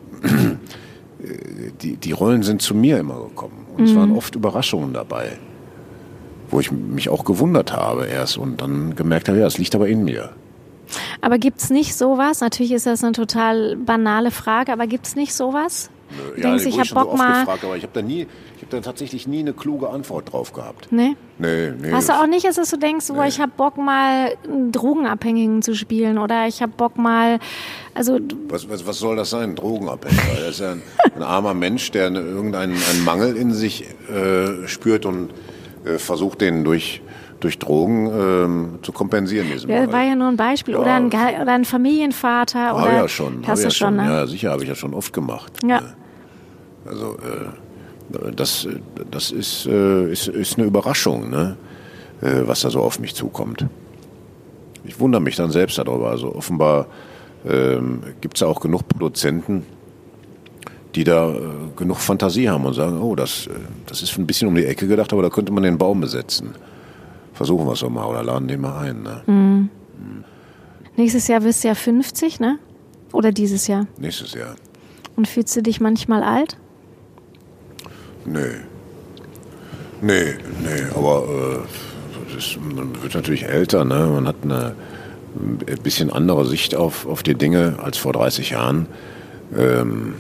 Speaker 3: Die, die Rollen sind zu mir immer gekommen und mhm. es waren oft Überraschungen dabei, wo ich mich auch gewundert habe erst und dann gemerkt habe, ja, es liegt aber in mir.
Speaker 2: Aber gibt's nicht sowas? Natürlich ist das eine total banale Frage, aber gibt's nicht sowas?
Speaker 3: Nö,
Speaker 2: du
Speaker 3: ja,
Speaker 2: denkst, ich habe Bock
Speaker 3: so
Speaker 2: mal...
Speaker 3: Gefragt, aber ich habe da nie, ich habe da tatsächlich nie eine kluge Antwort drauf gehabt.
Speaker 2: Nee?
Speaker 3: Nee, nee.
Speaker 2: Hast du auch nicht, dass du denkst, nee. boah, ich habe Bock mal einen Drogenabhängigen zu spielen oder ich habe Bock mal... Also
Speaker 3: was, was, was soll das sein, Drogenabhängiger? Er ist ja ein, ein armer Mensch, der eine, irgendeinen einen Mangel in sich äh, spürt und äh, versucht, den durch, durch Drogen ähm, zu kompensieren.
Speaker 2: Das ja, war ja nur ein Beispiel. Ja. Oder, ein, oder ein Familienvater.
Speaker 3: Habe
Speaker 2: oder
Speaker 3: ja schon.
Speaker 2: Hast du
Speaker 3: ja
Speaker 2: schon,
Speaker 3: schon
Speaker 2: ne?
Speaker 3: Ja, sicher, habe ich ja schon oft gemacht.
Speaker 2: Ja.
Speaker 3: Also äh, das, das ist, äh, ist, ist eine Überraschung, ne? äh, was da so auf mich zukommt. Ich wundere mich dann selbst darüber. Also offenbar ähm, gibt es auch genug Produzenten, die da äh, genug Fantasie haben und sagen, oh, das, das ist ein bisschen um die Ecke gedacht, aber da könnte man den Baum besetzen. Versuchen wir es doch mal oder laden den mal ein. Ne?
Speaker 2: Mhm. Mhm. Nächstes Jahr wirst du ja fünfzig, ne? Oder dieses Jahr?
Speaker 3: Nächstes Jahr.
Speaker 2: Und fühlst du dich manchmal alt?
Speaker 3: Nee. Nee, nee, aber äh, das ist, man wird natürlich älter, ne? Man hat eine ein bisschen andere Sicht auf, auf die Dinge als vor dreißig Jahren. Ähm,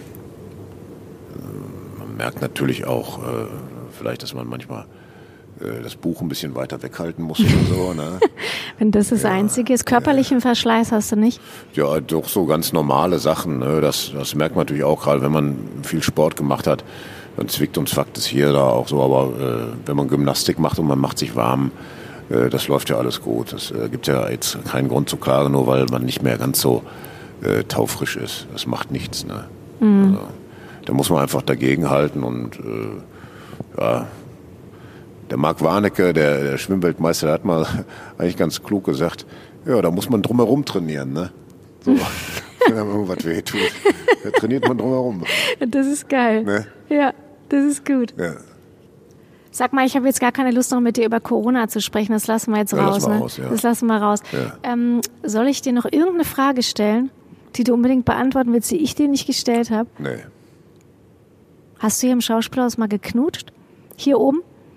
Speaker 3: man merkt natürlich auch, äh, vielleicht, dass man manchmal äh, das Buch ein bisschen weiter weghalten muss oder so. Ne?
Speaker 2: Wenn das das ja, Einzige ist. Körperlichen äh, Verschleiß hast du nicht?
Speaker 3: Ja, doch so ganz normale Sachen. Ne? Das, das merkt man natürlich auch, gerade wenn man viel Sport gemacht hat. Dann zwickt und zwackt es hier da auch so. Aber äh, wenn man Gymnastik macht und man macht sich warm, das läuft ja alles gut. Es äh, gibt ja jetzt keinen Grund zu klagen, nur weil man nicht mehr ganz so äh, taufrisch ist. Das macht nichts. Ne? Mhm. Also, da muss man einfach dagegenhalten und äh, ja, der Marc Warnecke, der, der Schwimmweltmeister, der hat mal eigentlich ganz klug gesagt, ja, da muss man drumherum trainieren. Ne? So, wenn einem irgendwas wehtut, da trainiert man drumherum.
Speaker 2: Das ist geil. Ne? Ja, das ist gut.
Speaker 3: Ja.
Speaker 2: Sag mal, ich habe jetzt gar keine Lust noch mit dir über Corona zu sprechen. Das lassen wir jetzt
Speaker 3: ja,
Speaker 2: raus.
Speaker 3: Lass
Speaker 2: ne?
Speaker 3: raus ja.
Speaker 2: Das lassen wir raus. Ja. Ähm, soll ich dir noch irgendeine Frage stellen, die du unbedingt beantworten willst, die ich dir nicht gestellt habe?
Speaker 3: Nee.
Speaker 2: Hast du hier im Schauspielhaus mal geknutscht? Hier oben?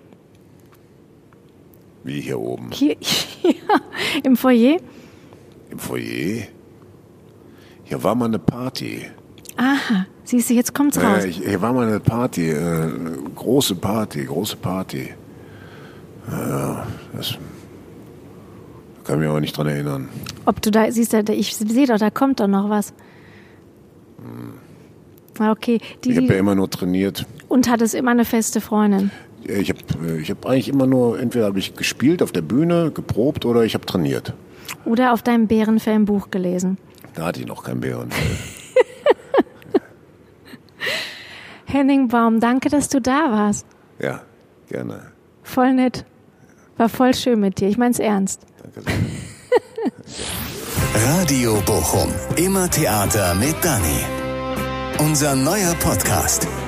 Speaker 3: Wie hier oben?
Speaker 2: Hier, ja, im Foyer?
Speaker 3: Im Foyer? Hier war mal eine Party.
Speaker 2: Aha, siehst du, jetzt kommt's raus.
Speaker 3: Ja, ich, hier war mal eine Party, äh, eine große Party, große Party. Ja, das da kann ich mich aber nicht dran erinnern.
Speaker 2: Ob du da, siehst du, ich sehe doch, da kommt doch noch was. Hm. Okay. Die,
Speaker 3: ich habe ja immer nur trainiert.
Speaker 2: Und hattest immer eine feste Freundin?
Speaker 3: Ich habe ich hab eigentlich immer nur, entweder habe ich gespielt auf der Bühne, geprobt oder ich habe trainiert.
Speaker 2: Oder auf deinem Bärenfell-Buch gelesen?
Speaker 3: Da hatte ich noch kein Bärenfell.
Speaker 2: Henning Baum, danke, dass du da warst.
Speaker 3: Ja, gerne.
Speaker 2: Voll nett. War voll schön mit dir. Ich mein's ernst.
Speaker 3: Danke sehr.
Speaker 1: Radio Bochum. Immer Theater mit Dani. Unser neuer Podcast.